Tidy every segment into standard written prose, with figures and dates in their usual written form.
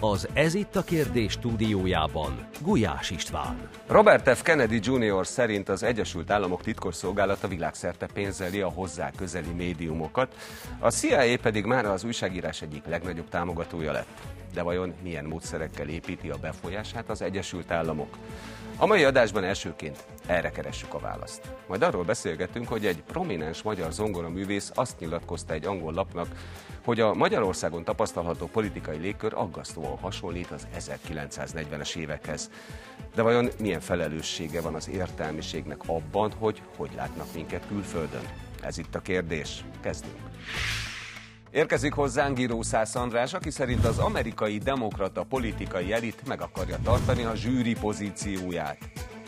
Az Ez itt a kérdés stúdiójában Gulyás István. Robert F. Kennedy Jr. szerint az Egyesült Államok titkosszolgálata világszerte pénzeli a hozzá közeli médiumokat, a CIA pedig már az újságírás egyik legnagyobb támogatója lett. De vajon milyen módszerekkel építi a befolyását az Egyesült Államok? A mai adásban elsőként erre keressük a választ. Majd arról beszélgetünk, hogy egy prominens magyar zongoraművész azt nyilatkozta egy angol lapnak, hogy a Magyarországon tapasztalható politikai légkör aggasztóan hasonlít az 1940-es évekhez. De vajon milyen felelőssége van az értelmiségnek abban, hogy látnak minket külföldön? Ez itt a kérdés. Kezdünk. Érkezik hozzánk Giró Szász András, aki szerint az amerikai demokrata politikai elit meg akarja tartani a zsűri pozícióját.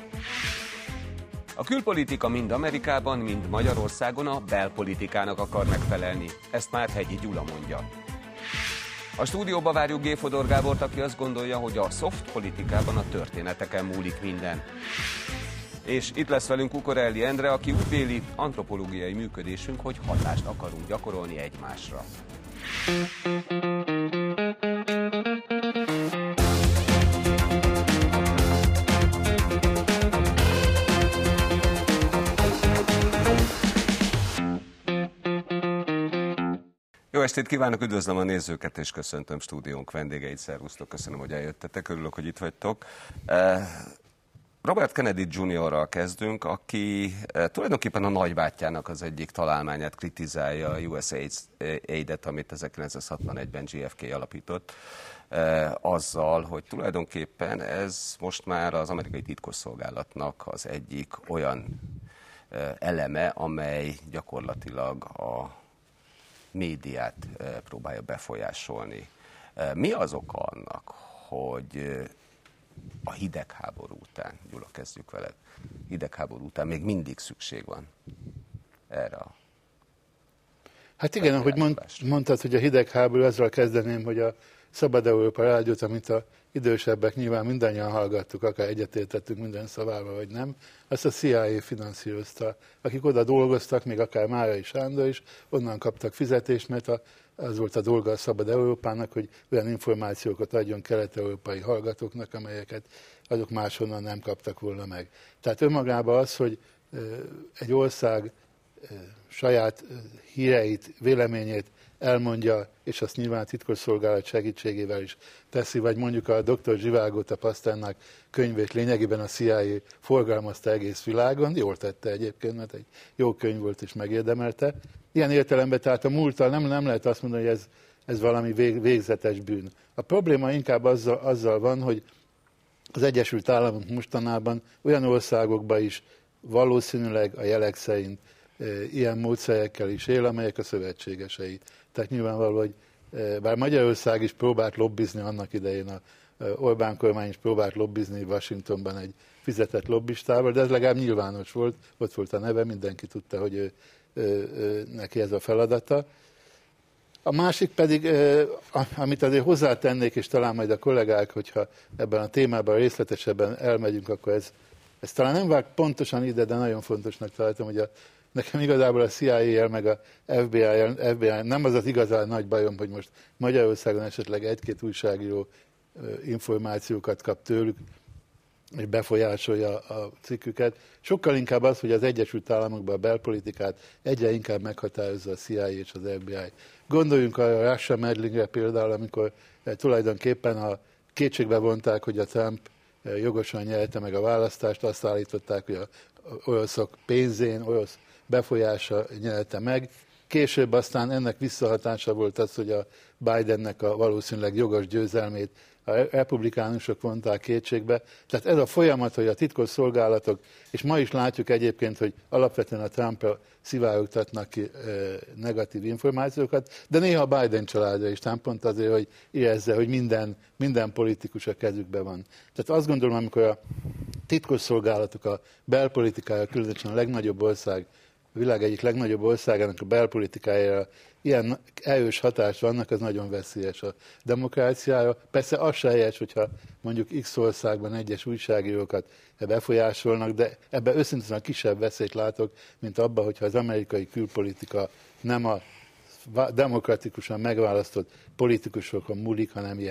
A külpolitika mind Amerikában, mind Magyarországon a belpolitikának akar megfelelni. Ezt már Hegyi Gyula mondja. A stúdióba várjuk G. Fodor Gábort, aki azt gondolja, hogy a soft politikában a történeteken múlik minden. És itt lesz velünk Kukorelli Endre, aki úgy véli, antropológiai működésünk, hogy hatást akarunk gyakorolni egymásra. Jó estét kívánok, üdvözlöm a nézőket, és köszöntöm stúdiónk vendégeit. Szervusztok, köszönöm, hogy eljöttetek, örülök, hogy itt vagytok. Robert Kennedy Jr.-ral kezdünk, aki tulajdonképpen a nagybátyjának az egyik találmányát kritizálja, a USAID-et, amit 1961-ben JFK alapított, azzal, hogy tulajdonképpen ez most már az amerikai titkosszolgálatnak az egyik olyan eleme, amely gyakorlatilag a médiát próbálja befolyásolni. Mi az oka annak, hogy a hidegháború után, Gyula, kezdjük veled, hidegháború után még mindig szükség van erre a... Hát igen, ahogy mondtad, hogy a hidegháború, ezzel kezdeném, hogy a Szabad Európa rádiót, amit az idősebbek nyilván mindannyian hallgattuk, akár egyetértettünk minden szavával, vagy nem, azt a CIA finanszírozta. Akik oda dolgoztak, még akár Márai Sándor is, onnan kaptak fizetést, mert az volt a dolga a Szabad Európának, hogy olyan információkat adjon kelet-európai hallgatóknak, amelyeket azok máshonnan nem kaptak volna meg. Tehát önmagában az, hogy egy ország saját híreit, véleményét elmondja, és azt nyilván a titkosszolgálat segítségével is teszi, vagy mondjuk a Dr. Zsivágóta Paszternák könyvét lényegében a CIA forgalmazta egész világon, jól tette egyébként, mert egy jó könyv volt és megérdemelte. Ilyen értelemben tehát a múlttal nem lehet azt mondani, hogy ez valami végzetes bűn. A probléma inkább azzal van, hogy az Egyesült Államok mostanában olyan országokban is valószínűleg a jelek szerint ilyen módszerekkel is él, amelyek a szövetségesei. Tehát nyilvánvaló, hogy bár Magyarország is próbált lobbizni annak idején, a Orbán kormány is próbált lobbizni Washingtonban egy fizetett lobbistával, de ez legalább nyilvános volt, ott volt a neve, mindenki tudta, hogy neki ez a feladata. A másik pedig, amit azért hozzátennék, és talán majd a kollégák, hogyha ebben a témában részletesebben elmegyünk, akkor ez talán nem vág pontosan ide, de nagyon fontosnak találtam, hogy nekem igazából a CIA-jel meg a FBI nem az igazán nagy bajom, hogy most Magyarországon esetleg egy-két újságíró információkat kap tőlük, és befolyásolja a cikküket. Sokkal inkább az, hogy az Egyesült Államokban a belpolitikát egyre inkább meghatározza a CIA és az FBI. Gondoljunk a Russia meddlingre például, amikor tulajdonképpen a kétségbe vonták, hogy a Trump jogosan nyerte meg a választást, azt állították, hogy az oroszok pénzén, orosz befolyása nyerte meg. Később aztán ennek visszahatása volt az, hogy a Bidennek a valószínűleg jogos győzelmét a republikánusok vonták kétségbe. Tehát ez a folyamat, hogy a titkosszolgálatok, és ma is látjuk egyébként, hogy alapvetően a Trumpra szivárogtatnak ki negatív információkat, de néha a Biden családra is, nem pont azért, hogy érezze, hogy minden politikus a kezükben van. Tehát azt gondolom, amikor a titkosszolgálatok a belpolitikája, különösen a legnagyobb ország, a világ egyik legnagyobb országának a belpolitikájára ilyen erős hatást vannak, az nagyon veszélyes a demokráciára. Persze az se helyes, hogyha mondjuk X országban egyes újságírókat befolyásolnak, de ebben őszintén a kisebb veszélyt látok, mint abban, hogyha az amerikai külpolitika nem a demokratikusan megválasztott politikusokon múlik, hanem ilyen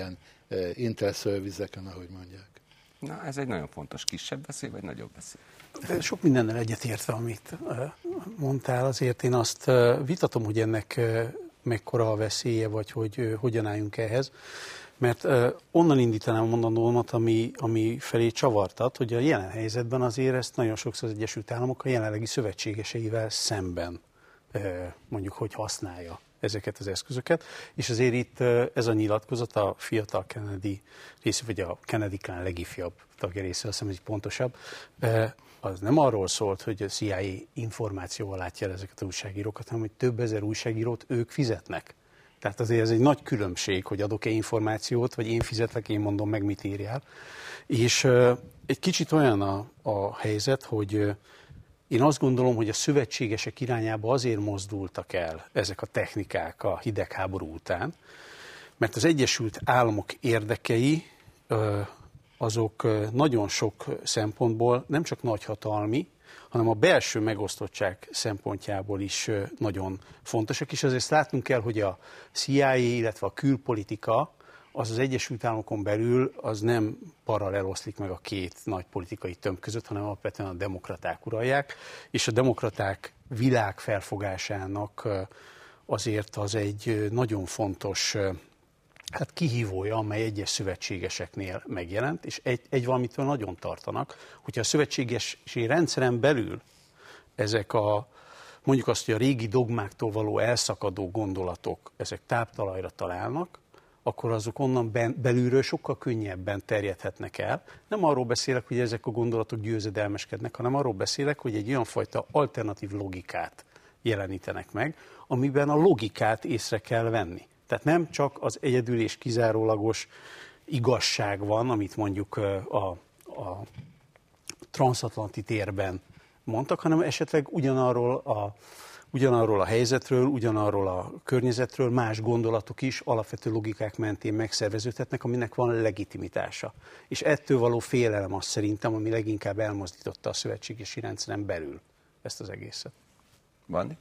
interszörvizeken, ahogy mondják. Na, ez egy nagyon fontos kisebb veszély, vagy nagyobb veszély? Sok mindennel egyetértve, amit mondtál, azért én azt vitatom, hogy ennek mekkora a veszélye, vagy hogy hogyan álljunk ehhez. Mert onnan indítanám a mondandómat, ami felé csavartat, hogy a jelen helyzetben azért ezt nagyon sokszor az Egyesült Államok a jelenlegi szövetségeseivel szemben mondjuk, hogy használja ezeket az eszközöket, és azért itt ez a nyilatkozat a fiatal Kennedy része, vagy a Kennedy klán legifjabb tagja része, azt hiszem, hogy pontosabb, az nem arról szólt, hogy a CIA információval látja ezeket az újságírókat, hanem hogy több ezer újságírót ők fizetnek. Tehát azért ez egy nagy különbség, hogy adok-e információt, vagy én fizetlek, én mondom meg, mit írjál. És egy kicsit olyan a helyzet, hogy én azt gondolom, hogy a szövetségesek irányába azért mozdultak el ezek a technikák a hidegháború után, mert az Egyesült Államok érdekei azok nagyon sok szempontból nem csak nagyhatalmi, hanem a belső megosztottság szempontjából is nagyon fontosak, és azért látnunk kell, hogy a CIA, illetve a külpolitika az Egyesült Államokon belül az nem paralel oszlik meg a két nagy politikai tömb között, hanem alapvetően a demokraták uralják, és a demokraták világ felfogásának azért az egy nagyon fontos kihívója, amely egyes szövetségeseknél megjelent, és egy valamitől nagyon tartanak, hogyha a szövetségesi rendszeren belül ezek mondjuk azt, hogy a régi dogmáktól való elszakadó gondolatok, ezek táptalajra találnak, akkor azok onnan belülről sokkal könnyebben terjedhetnek el. Nem arról beszélek, hogy ezek a gondolatok győzedelmeskednek, hanem arról beszélek, hogy egy olyan fajta alternatív logikát jelenítenek meg, amiben a logikát észre kell venni. Tehát nem csak az egyedül és kizárólagos igazság van, amit mondjuk a transatlanti térben mondtak, hanem esetleg ugyanarról a helyzetről, ugyanarról a környezetről más gondolatok is alapvető logikák mentén megszerveződhetnek, aminek van legitimitása. És ettől való félelem az szerintem, ami leginkább elmozdította a szövetségesi rendszeren belül ezt az egészet. Bandi?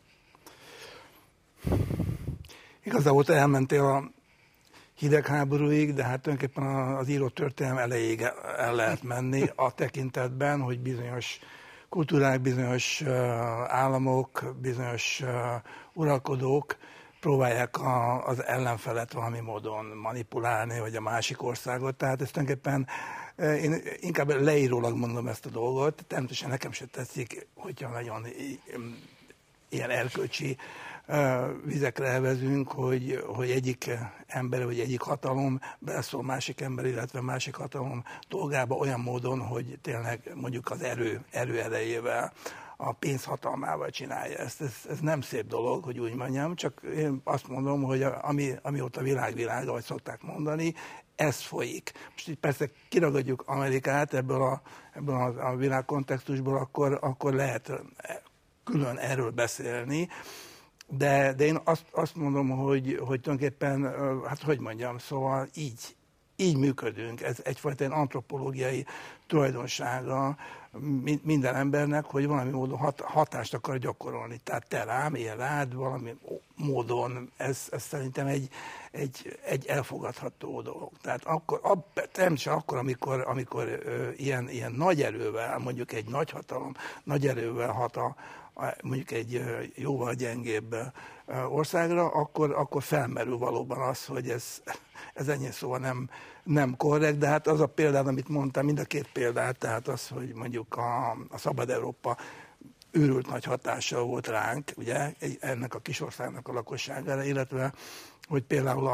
Igazából te elmentél a hidegháborúig, de hát tulajdonképpen az írott történelem elejéig el lehet menni a tekintetben, hogy bizonyos kultúrák, bizonyos államok, bizonyos uralkodók próbálják az ellenfelet valami módon manipulálni, vagy a másik országot. Tehát ezt tulajdonképpen én inkább leírólag mondom ezt a dolgot. Természetesen nekem sem tetszik, hogyha nagyon ilyen erkölcsi vizekre elvezünk, hogy egyik ember vagy egyik hatalom beleszól másik ember, illetve másik hatalom dolgába olyan módon, hogy tényleg mondjuk az erő erejével, a pénz hatalmával csinálja ezt. Ez nem szép dolog, hogy úgy mondjam, csak én azt mondom, hogy amióta világa, vagy szokták mondani, ez folyik. Most így persze kiragadjuk Amerikát ebből a világ kontextusból, akkor lehet külön erről beszélni, de én azt mondom, hogy tulajdonképpen, hát hogy mondjam, szóval így működünk. Ez egyfajta antropológiai tulajdonsága minden embernek, hogy valami módon hatást akar gyakorolni. Tehát te rám, én rád, valami módon ez szerintem egy elfogadható dolog. Tehát természetesen akkor, amikor ilyen nagy erővel, mondjuk egy nagy hatalom, nagy erővel hat mondjuk egy jóval gyengébb országra, akkor felmerül valóban az, hogy ez ennyi szóval nem korrekt, de hát az a példát, amit mondtam, mind a két példát, tehát az, hogy mondjuk a Szabad Európa őrült nagy hatással volt ránk, ugye, ennek a kis országnak a lakosságára, illetve, hogy például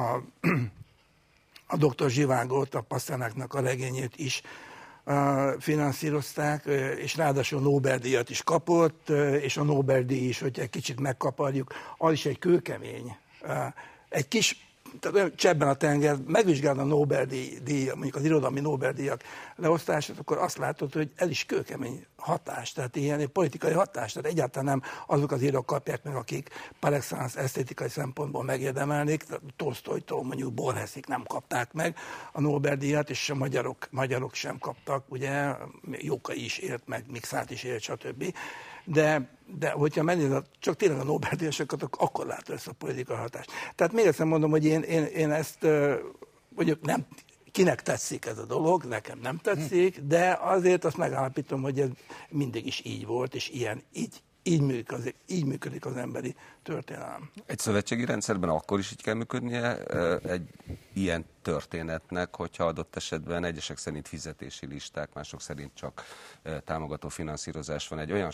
a Dr. Zsivágot, a Paszternáknak a regényét is finanszírozták, és ráadásul Nobel-díjat is kapott, és a Nobel-díj is, hogy egy kicsit megkaparjuk, az is egy kőkemény, egy kis, tehát csebben a tenger, megvizsgálod a Nobel-díj, mondjuk az irodalmi Nobel-díjak leosztását, akkor azt látod, hogy ez is kőkemény hatás, tehát ilyen politikai hatás, tehát egyáltalán nem azok az írók kapják meg, akik par excellence esztétikai szempontból megérdemelnék, Tolsztojtól mondjuk Borheszik nem kapták meg a Nobel-díjat, és a magyarok sem kaptak, ugye Jókai is élt meg, Mikszáth is élt, stb. De hogyha megnézed csak tényleg a Nobel-díjasokat, akkor látod ezt a politikai hatást. Tehát még egyszer mondom, hogy én ezt mondjuk nem, kinek tetszik ez a dolog, nekem nem tetszik, de azért azt megállapítom, hogy ez mindig is így volt, és így működik az emberi történelem. Egy szövetségi rendszerben akkor is így kell működnie egy ilyen történetnek, hogyha adott esetben egyesek szerint fizetési listák, mások szerint csak támogató finanszírozás van egy olyan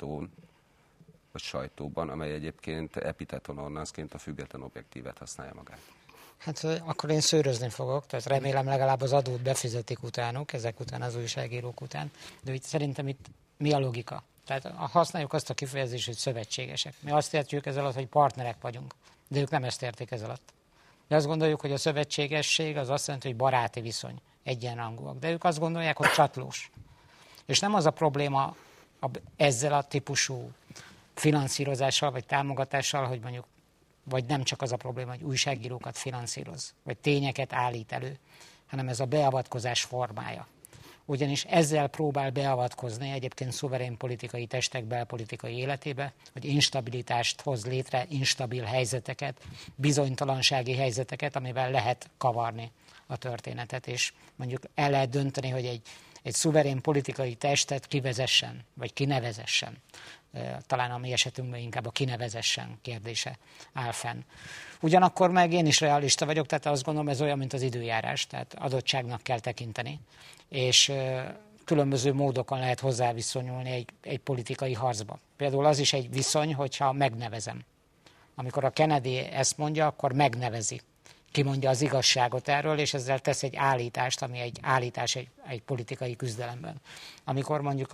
sajtóban, amely egyébként epiteton ornanszként a független objektívet használja magát. Hát akkor én szőrözni fogok, tehát remélem legalább az adót befizetik utánuk, ezek után az újságírók után. De szerintem itt mi a logika? Tehát használjuk azt a kifejezést, hogy szövetségesek. Mi azt értjük ez alatt, hogy partnerek vagyunk, de ők nem ezt értik ez alatt. De azt gondoljuk, hogy a szövetségesség az azt jelenti, hogy baráti viszony, egyenrangúak. De ők azt gondolják, hogy csatlós. És nem az a probléma ezzel a típusú finanszírozással vagy támogatással, hogy mondjuk, vagy nem csak az a probléma, hogy újságírókat finanszíroz, vagy tényeket állít elő, hanem ez a beavatkozás formája. Ugyanis ezzel próbál beavatkozni egyébként szuverén politikai testek belpolitikai életébe, hogy instabilitást hoz létre, instabil helyzeteket, bizonytalansági helyzeteket, amivel lehet kavarni a történetet, és mondjuk el lehet dönteni, hogy egy szuverén politikai testet kivezessen, vagy kinevezessen. Talán a mi esetünkben inkább a kinevezessen kérdése áll fenn. Ugyanakkor meg én is realista vagyok, tehát azt gondolom, ez olyan, mint az időjárás, tehát adottságnak kell tekinteni, és különböző módokon lehet hozzáviszonyulni egy politikai harcba. Például az is egy viszony, hogyha megnevezem. Amikor a Kennedy ezt mondja, akkor megnevezi. Kimondja az igazságot erről, és ezzel tesz egy állítást, ami egy állítás egy politikai küzdelemben. Amikor mondjuk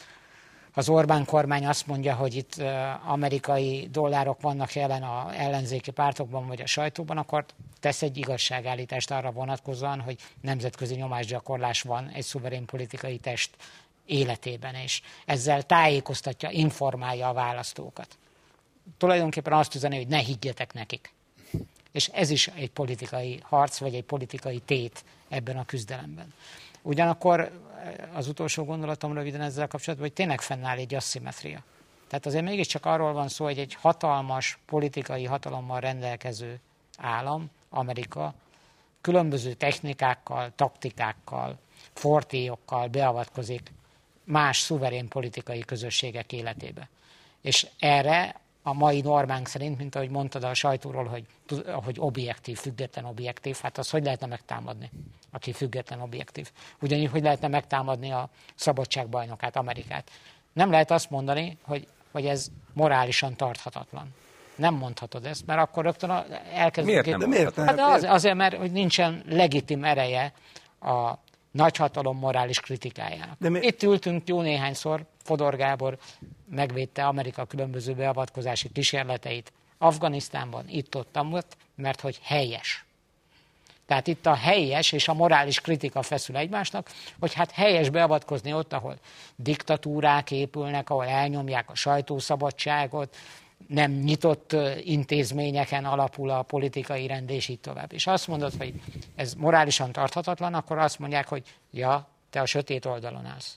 az Orbán kormány azt mondja, hogy itt amerikai dollárok vannak jelen az ellenzéki pártokban vagy a sajtóban, akkor tesz egy igazságállítást arra vonatkozóan, hogy nemzetközi nyomásgyakorlás van egy szuverén politikai test életében, és ezzel tájékoztatja, informálja a választókat. Tulajdonképpen azt üzeni, hogy ne higgyetek nekik. És ez is egy politikai harc, vagy egy politikai tét ebben a küzdelemben. Ugyanakkor az utolsó gondolatom röviden ezzel kapcsolatban, hogy tényleg fennáll egy asszimetria. Tehát azért mégiscsak arról van szó, hogy egy hatalmas politikai hatalommal rendelkező állam, Amerika, különböző technikákkal, taktikákkal, fortéjokkal beavatkozik más szuverén politikai közösségek életébe. És erre a mai normánk szerint, mint ahogy mondtad a sajtóról, hogy objektív, független objektív, hát az hogy lehetne megtámadni, aki független objektív? Ugyanígy, hogy lehetne megtámadni a szabadságbajnokát, Amerikát. Nem lehet azt mondani, hogy ez morálisan tarthatatlan. Nem mondhatod ezt, mert akkor rögtön elkezdődik. Miért nem? Hát azért, mert hogy nincsen legitim ereje a nagyhatalom morális kritikájának. Itt ültünk jó néhányszor, Fodor Gábor megvédte Amerika különböző beavatkozási kísérleteit Afganisztánban, itt-ott, mert hogy helyes. Tehát itt a helyes és a morális kritika feszül egymásnak, hogy hát helyes beavatkozni ott, ahol diktatúrák épülnek, ahol elnyomják a sajtószabadságot, nem nyitott intézményeken alapul a politikai rend, és így tovább. És azt mondod, hogy ez morálisan tarthatatlan, akkor azt mondják, hogy ja, te a sötét oldalon állsz.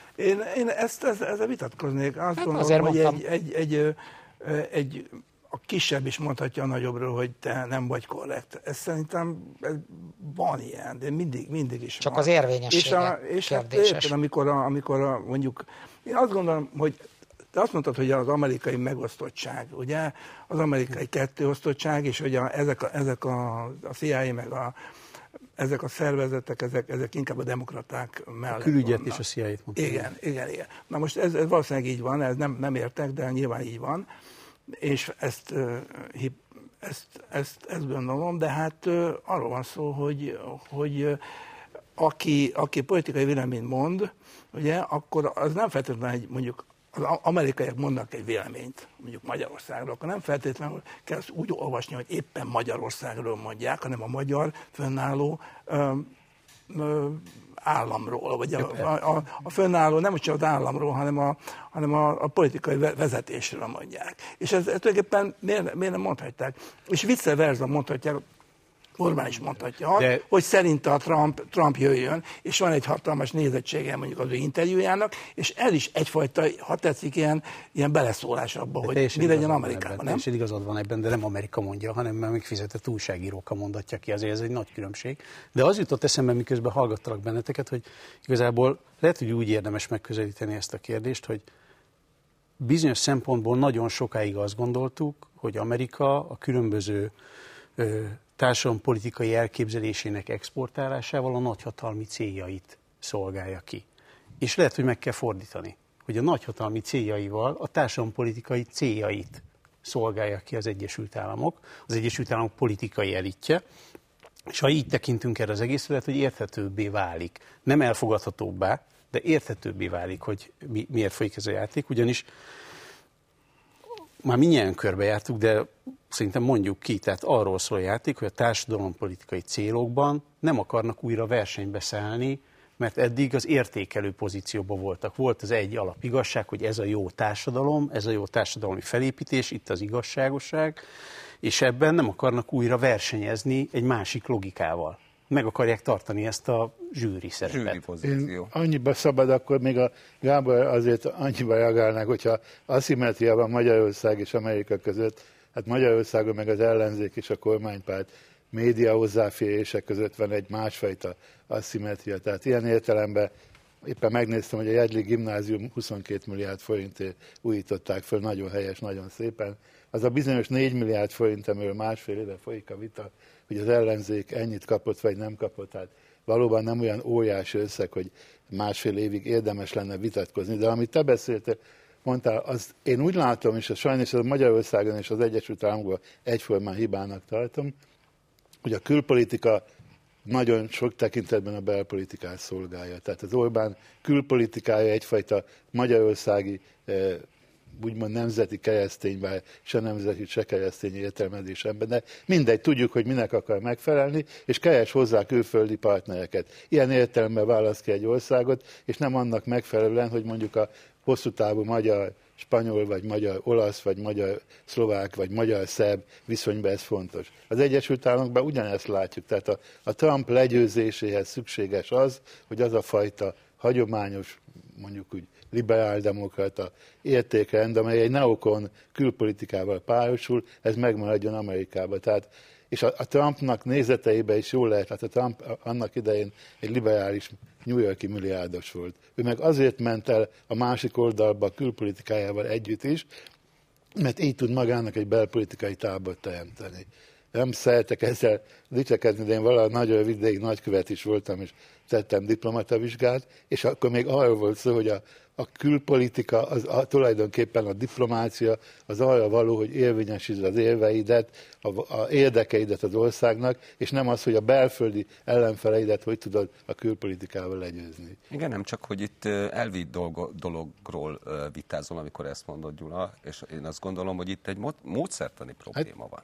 Én ezzel vitatkoznék. Azt gondolom, hogy a kisebb is mondhatja a nagyobbról, hogy te nem vagy korrekt. Ez szerintem van ilyen, de mindig is csak van. Az érvényessége és kérdéses. Hát éppen, amikor mondjuk, én azt gondolom, hogy te azt mondtad, hogy az amerikai megosztottság, ugye, az amerikai kettőosztottság, és hogy ezek a CIA, meg ezek a szervezetek, ezek inkább a demokraták mellett. A külügyet vannak. és a CIA-t mondtam. Igen. Na most ez valószínűleg így van, ez nem értek, de nyilván így van, és ezt gondolom, de hát arról van szó, hogy aki politikai véleményt mond, ugye, akkor az nem feltétlenül mondjuk az amerikaiak mondnak egy véleményt, mondjuk Magyarországról, akkor nem feltétlenül kell ezt úgy olvasni, hogy éppen Magyarországról mondják, hanem a magyar fönnálló államról, vagy a fönnálló, nem csak az államról, hanem a politikai vezetésről mondják. És ez tulajdonképpen miért nem mondhatják? És vice versa mondhatják Orbán is mondhatja azt, hogy szerinte a Trump jöjjön, és van egy hatalmas nézettsége mondjuk az ő interjújának, és ez is egyfajta, ha tetszik, ilyen beleszólás abba, hogy mi legyen Amerikában, nem? Teljesen igazad van ebben, de nem Amerika mondja, hanem már megfizetett újságírókkal mondatja ki, azért ez egy nagy különbség. De az jutott eszembe, miközben hallgattalak benneteket, hogy igazából lehet, hogy úgy érdemes megközelíteni ezt a kérdést, hogy bizonyos szempontból nagyon sokáig azt gondoltuk, hogy Amerika a különböző társadalompolitikai elképzelésének exportálásával a nagyhatalmi céljait szolgálja ki. És lehet, hogy meg kell fordítani, hogy a nagyhatalmi céljaival a társadalompolitikai céljait szolgálja ki az Egyesült Államok, az Egyesült Államok politikai elitje, és ha így tekintünk erre az egészre, lehet, hogy érthetőbbé válik. Nem elfogadhatóbbá, de érthetőbbé válik, hogy miért folyik ez a játék, ugyanis már mindjárt körbejártuk, de szerintem mondjuk ki, tehát arról szól a játék, hogy a társadalompolitikai célokban nem akarnak újra versenybe szállni, mert eddig az értékelő pozícióban voltak. Volt az egy alapigazság, hogy ez a jó társadalom, ez a jó társadalmi felépítés, itt az igazságosság, és ebben nem akarnak újra versenyezni egy másik logikával. Meg akarják tartani ezt a zsűri szerepet. Zsűri pozíció. Én annyiba szabad, akkor még a Gábor azért annyiba reagálnák, hogyha aszimmetria van Magyarország és Amerika között, hát Magyarországon meg az ellenzék és a kormánypárt média hozzáférések között van egy másfajta aszimmetria. Tehát ilyen értelemben éppen megnéztem, hogy a Jedli Gimnázium 22 milliárd forintért újították föl, nagyon helyes, nagyon szépen. Az a bizonyos 4 milliárd forint, amiről másfél éve folyik a vita, hogy az ellenzék ennyit kapott, vagy nem kapott. Tehát valóban nem olyan óriási összeg, hogy másfél évig érdemes lenne vitatkozni. De amit te beszéltél, mondtál, az én úgy látom, és sajnos az Magyarországon és az Egyesült Államokban egyformán hibának tartom, hogy a külpolitika nagyon sok tekintetben a belpolitikát szolgálja. Tehát az Orbán külpolitikája egyfajta magyarországi úgymond nemzeti keresztény, bár se nemzeti, se keresztény értelmezésemben, de mindegy, tudjuk, hogy minek akar megfelelni, és keres hozzá külföldi partnereket. Ilyen értelemben választ ki egy országot, és nem annak megfelelően, hogy mondjuk a hosszú távú magyar, spanyol, vagy magyar olasz, vagy magyar szlovák, vagy magyar szerb viszonyban ez fontos. Az Egyesült Államokban ugyanezt látjuk, tehát a Trump legyőzéséhez szükséges az, hogy az a fajta hagyományos, mondjuk úgy liberáldemokrata értékrend, amely egy neokon külpolitikával párosul, ez megmaradjon Amerikában. Tehát, és a Trumpnak nézeteiben is jól lehet, hát a Trump annak idején egy liberális New York-i milliárdos volt. Ő meg azért ment el a másik oldalba a külpolitikájával együtt is, mert így tud magának egy belpolitikai tábort teremteni. Nem szeretek ezzel dicsekedni, de én valahogy nagyon rövid ideig nagykövet is voltam, és tettem diplomatavizsgát, és akkor még arról volt szó, hogy a külpolitika, tulajdonképpen a diplomácia az arra való, hogy érvényesítsd az érveidet, a érdekeidet az országnak, és nem az, hogy a belföldi ellenfeleidet hogy tudod a külpolitikával legyőzni. Igen, nem csak, hogy itt elvi dologról vitázol, amikor ezt mondod, Gyula, és én azt gondolom, hogy itt egy módszertani probléma van.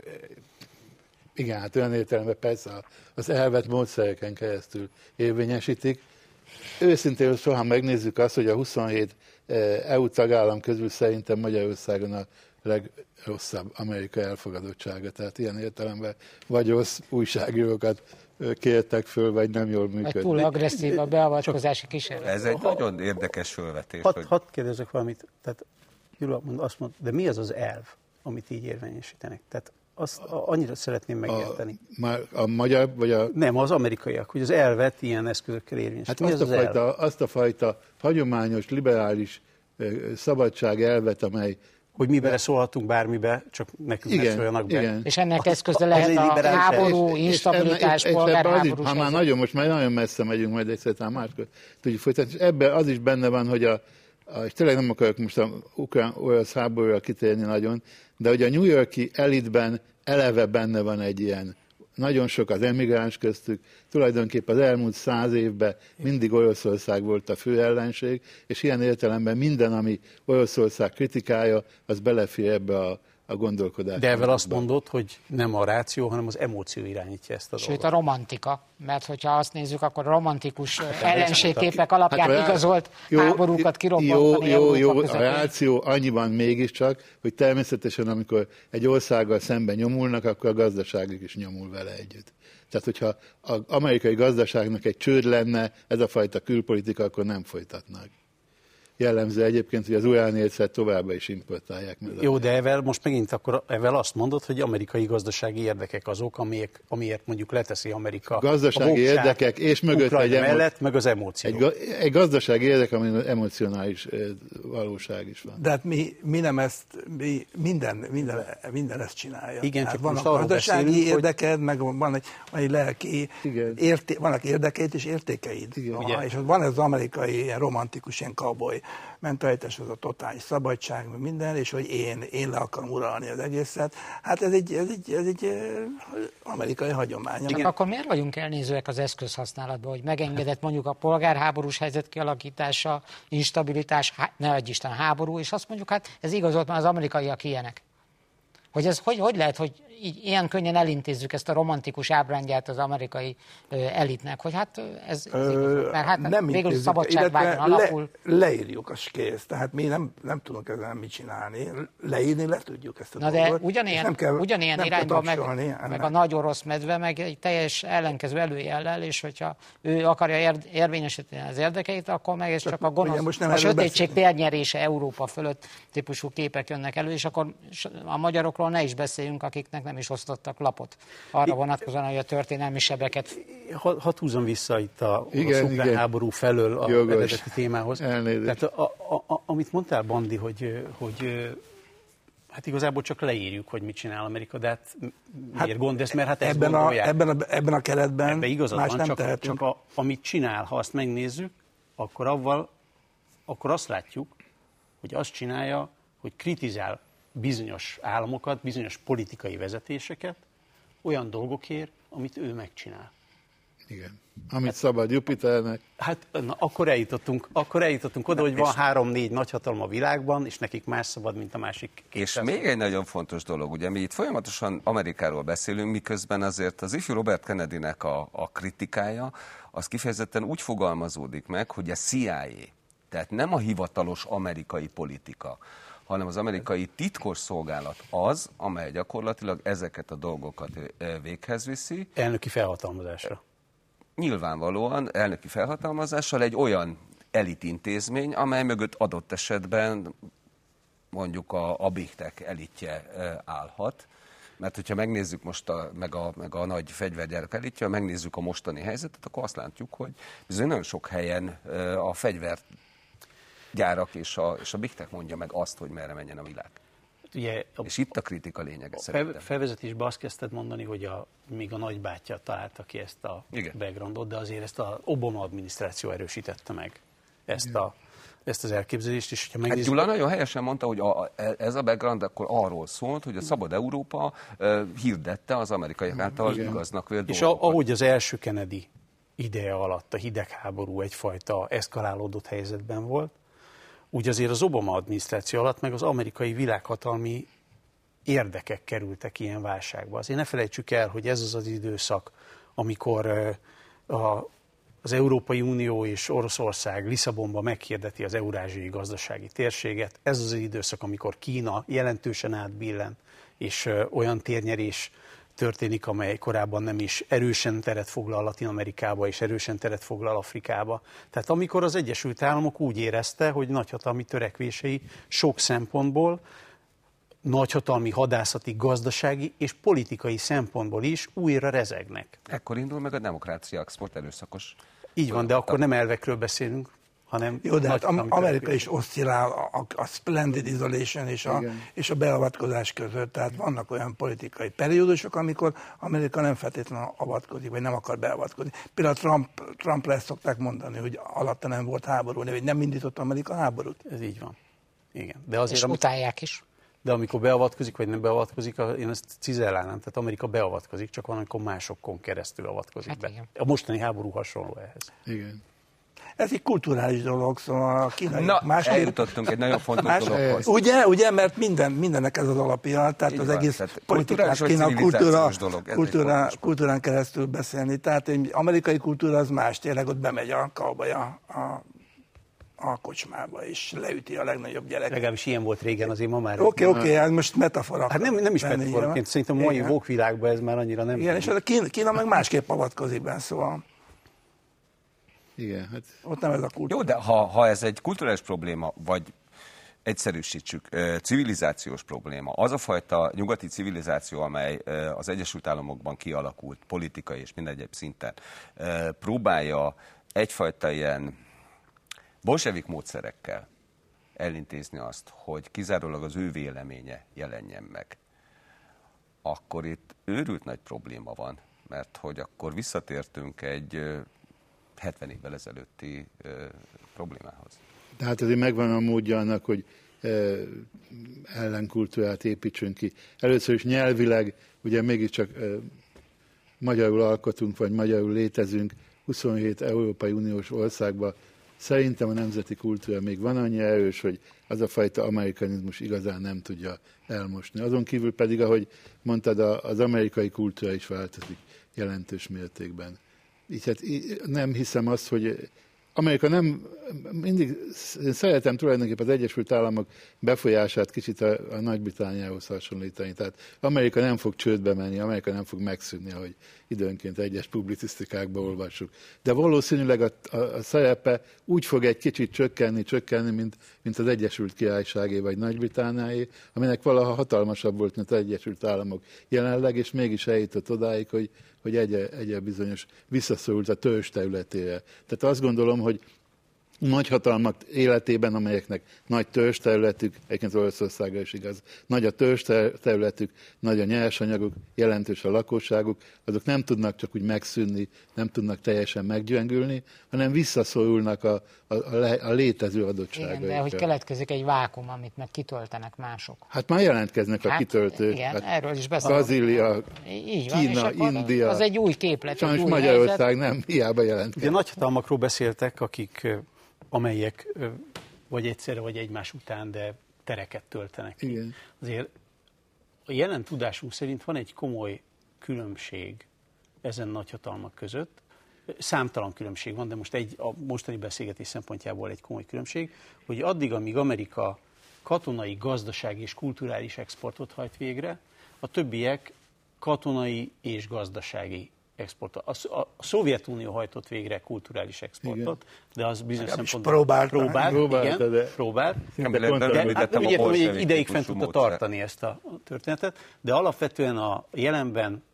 Igen, hát olyan értelemben persze az elvet módszereken keresztül érvényesítik. Őszintén soha megnézzük azt, hogy a 27 EU tagállam közül szerintem Magyarországon a legrosszabb amerikai elfogadottsága. Tehát ilyen értelemben vagy rossz újságírókat kértek föl, vagy nem jól működik. Vagy túl agresszív a beavatkozási kísérlet. Ez egy nagyon érdekes fölvetés. Hadd kérdezzek valamit. Tehát Gyula azt mondta, de mi az az elv, amit így érvényesítenek? Tehát azt annyira szeretném megérteni. A magyar, vagy a... Nem, az amerikaiak, hogy az elvet ilyen eszközökkel érvényesítenek. Hát azt a fajta hagyományos, liberális szabadság elvet, amely... Hogy mi beleszólhatunk bármibe, csak nekünk ne szóljanak be. Igen. És ennek eszköze lehet a háború, instabilitás, polgárháború. Ha már most már nagyon messze megyünk, majd egyszer máskor tudjuk folytatni. És ebben az is benne van, hogy és tényleg nem akarok most a ukrán-orosz háborúra kitérni nagyon, de hogy a New York-i elitben eleve benne van egy ilyen, nagyon sok az emigráns köztük, tulajdonképpen az elmúlt 100 évben mindig Oroszország volt a fő ellenség, és ilyen értelemben minden, ami Oroszország kritikája, az belefér ebbe a gondolkodás. De ezzel azt mondod, hogy nem a ráció, hanem az emóció irányítja ezt a dolgot. Sőt, a romantika, mert hogyha azt nézzük, akkor a romantikus ellenségképek alapján igazolt háborúkat kirobbantani. Jó, a ráció annyiban mégiscsak, hogy természetesen amikor egy országgal szemben nyomulnak, akkor a gazdaságuk is nyomul vele együtt. Tehát, hogyha az amerikai gazdaságnak egy csőd lenne, ez a fajta külpolitika, akkor nem folytatnak. Jellemző egyébként, hogy az uránércet továbbra is importálják. Jó, de ezzel most megint akkor azt mondod, hogy amerikai gazdasági érdekek azok, amiért mondjuk leteszi Amerika gazdasági érdekek, és mögött mellett, meg az emóció. Egy gazdasági érdek, ami emocionális valóság is van. De hát mi nem ezt, minden ezt csinálja. Igen, hát csak van most a gazdasági érdeked, meg van egy lelki, vannak érdekeid és értékeid. És van ez az amerikai ilyen romantikus, ilyen cowboy mentalitás, az a totális szabadság, meg minden, és hogy én le akarom uralni az egészet. Hát ez egy amerikai hagyomány. Csak akkor miért vagyunk elnézőek az eszközhasználatban, hogy megengedett mondjuk a polgárháborús helyzet kialakítása, instabilitás, ne adj Isten, háború, és azt mondjuk, hát ez igazolt már az amerikaiak ilyenek. Hogy ez hogy lehet, hogy így ilyen könnyen elintézzük ezt a romantikus ábrányát az amerikai elitnek, hogy hát ez igaz, mert hát nem végül szabadságvágyon alapul. Leírjuk a kész, tehát mi nem tudunk ezzel mit csinálni. Leírni le tudjuk ezt a dolgot. De ugyanilyen irányban meg a nagy orosz medve, meg egy teljes ellenkező előjellel, és hogyha ő akarja érvényesíteni az érdekeit, akkor meg ez csak a gonosz, a sötétség térnyerése Európa fölött típusú képek jönnek elő, és akkor a magyarokról ne is beszéljünk, akiknek nem is osztottak lapot arra vonatkozóan, hogy a történelmi sebeket... Hadd húzom vissza itt a orosz-ukrán háború felől a eredeti témához. Tehát amit mondtál, Bandi, hogy hát igazából csak leírjuk, hogy mit csinál Amerika, de hát miért gond ez, mert hát ezt gondolják. Ebben a keretben más van, nem tehetünk. Csak amit csinál, ha azt megnézzük, akkor azt látjuk, hogy azt csinálja, hogy kritizál bizonyos államokat, bizonyos politikai vezetéseket olyan dolgokért, amit ő megcsinál. Igen. Amit szabad Jupiternek. Hát akkor eljutottunk oda, hogy van 3-4 nagyhatalom a világban, és nekik más szabad, mint a másik. És még egy nagyon fontos dolog, ugye mi itt folyamatosan Amerikáról beszélünk, miközben azért az ifjú Robert Kennedynek a kritikája, az kifejezetten úgy fogalmazódik meg, hogy a CIA, tehát nem a hivatalos amerikai politika, hanem az amerikai titkosszolgálat az, amely gyakorlatilag ezeket a dolgokat véghez viszi. Elnöki felhatalmazásra. Nyilvánvalóan elnöki felhatalmazással egy olyan elitintézmény, amely mögött adott esetben mondjuk a Big Tech elitje állhat. Mert hogyha megnézzük most meg a nagy fegyvergyárak elitje, ha megnézzük a mostani helyzetet, akkor azt látjuk, hogy bizony nagyon sok helyen a fegyvergyárak és a Big Tech mondja meg azt, hogy merre menjen a világ. Ugye, és itt a kritika lényege szerintem. Felvezetésben azt kezdted mondani, hogy még a nagybátyja találta ki ezt a backgroundot, de azért ezt az Obama adminisztráció erősítette meg ezt az elképzelést is. Hát Gyula nagyon helyesen mondta, hogy ez a background akkor arról szólt, hogy a Szabad Európa hirdette az amerikaiak által igaznak vélt dolgokat. És ahogy az első Kennedy ideje alatt a hidegháború egyfajta eszkalálódott helyzetben volt, úgy azért az Obama adminisztráció alatt meg az amerikai világhatalmi érdekek kerültek ilyen válságba. Azért ne felejtsük el, hogy ez az időszak, amikor az Európai Unió és Oroszország Lisszabonban meghirdeti az eurázsiai gazdasági térséget. Ez az időszak, amikor Kína jelentősen átbillen, és olyan térnyerés történik, amely korábban nem is erősen teret foglal Latin-Amerikába, és erősen teret foglal Afrikába. Tehát amikor az Egyesült Államok úgy érezte, hogy nagyhatalmi törekvései sok szempontból, nagyhatalmi hadászati, gazdasági és politikai szempontból is újra rezegnek. Ekkor indul meg a demokrácia export erőszakos. Így van, de akkor nem elvekről beszélünk, hanem... Jó, de hát Amerika is oszcillál a splendid isolation és a beavatkozás között. Tehát vannak olyan politikai periódusok, amikor Amerika nem feltétlenül avatkozik, vagy nem akar beavatkozni. Például Trumpra ezt szokták mondani, hogy alatta nem volt háború, vagy nem indított Amerika háborút. Ez így van. Igen. De azért, és utálják is. De amikor beavatkozik, vagy nem beavatkozik, én ezt cizellálnám. Tehát Amerika beavatkozik, csak van, amikor másokon keresztül avatkozik be. Igen. A mostani háború hasonló ehhez. Igen. Ez egy kulturális dolog, szóval a kínai eljutottunk egy nagyon fontos dologhoz. Ugye, mert mindennek ez az alapja, tehát az egész politikát kéne a kultúrán keresztül beszélni. Tehát egy amerikai kultúra az más, tényleg ott bemegy a cowboy a kocsmába, és leüti a legnagyobb gyereket. Legalábbis ilyen volt régen, azért ma már... Oké, ez most metafora. Hát nem is metaforaként, szerintem a mai woke világban ez már annyira nem... Igen, és a Kína meg másképp avatkozik be, szóval... Igen, hát... Ott nem ez a kultúra. Jó, de ha ez egy kulturális probléma, vagy egyszerűsítsük, civilizációs probléma, az a fajta nyugati civilizáció, amely az Egyesült Államokban kialakult politikai és minden egyéb szinten, próbálja egyfajta ilyen bolsevik módszerekkel elintézni azt, hogy kizárólag az ő véleménye jelenjen meg, akkor itt őrült nagy probléma van, mert hogy akkor visszatértünk egy 70 évvel ezelőtti problémához. Tehát azért megvan a módja annak, hogy ellenkultúrát építsünk ki. Először is nyelvileg, ugye mégiscsak magyarul alkotunk, vagy magyarul létezünk 27 Európai Uniós országban. Szerintem a nemzeti kultúra még van annyira erős, hogy az a fajta amerikanizmus igazán nem tudja elmosni. Azon kívül pedig, ahogy mondtad, az amerikai kultúra is változik jelentős mértékben. Így hát nem hiszem azt, hogy Amerika nem, mindig szeretem tulajdonképpen az Egyesült Államok befolyását kicsit a Nagy-Britanniához hasonlítani. Tehát Amerika nem fog csődbe menni, Amerika nem fog megszűnni, ahogy időnként egyes publicisztikákban olvassuk. De valószínűleg a szerepe úgy fog egy kicsit csökkenni, mint az Egyesült Királyságé vagy Nagy-Britanniáé, aminek valaha hatalmasabb volt, mint az Egyesült Államok jelenleg, és mégis eljutott odáig, hogy egyre bizonyos visszaszorult a törzs területére. Tehát azt gondolom, hogy nagyhatalmak életében, amelyeknek nagy törzsterületük, egyébként Oroszországra is igaz, nagy a törzsterületük, nagy a nyersanyaguk, jelentős a lakosságuk, azok nem tudnak csak úgy megszűnni, nem tudnak teljesen meggyengülni, hanem visszaszorulnak a létező adottságaikra. Igen, de hogy keletkezik egy vákum, amit meg kitöltenek mások. Hát már jelentkeznek a kitöltők. Igen, hát erről is beszélünk. Brazília, Kína, India. Az egy új képlet. Sajnos Magyarország nem, hiába jelentkezik. Ugye nagyhatalmakról beszéltek, amelyek vagy egyszerre, vagy egymás után, de tereket töltenek. Igen. Azért a jelen tudásunk szerint van egy komoly különbség ezen nagyhatalmak között. Számtalan különbség van, de most a mostani beszélgetés szempontjából egy komoly különbség, hogy addig, amíg Amerika katonai, gazdasági és kulturális exportot hajt végre, a többiek katonai és gazdasági exportot. A Szovjetunió hajtott végre kulturális exportot, igen. De az bizonyos szempontból próbált. De ideig fent tudta tartani ezt a történetet, de alapvetően a jelenben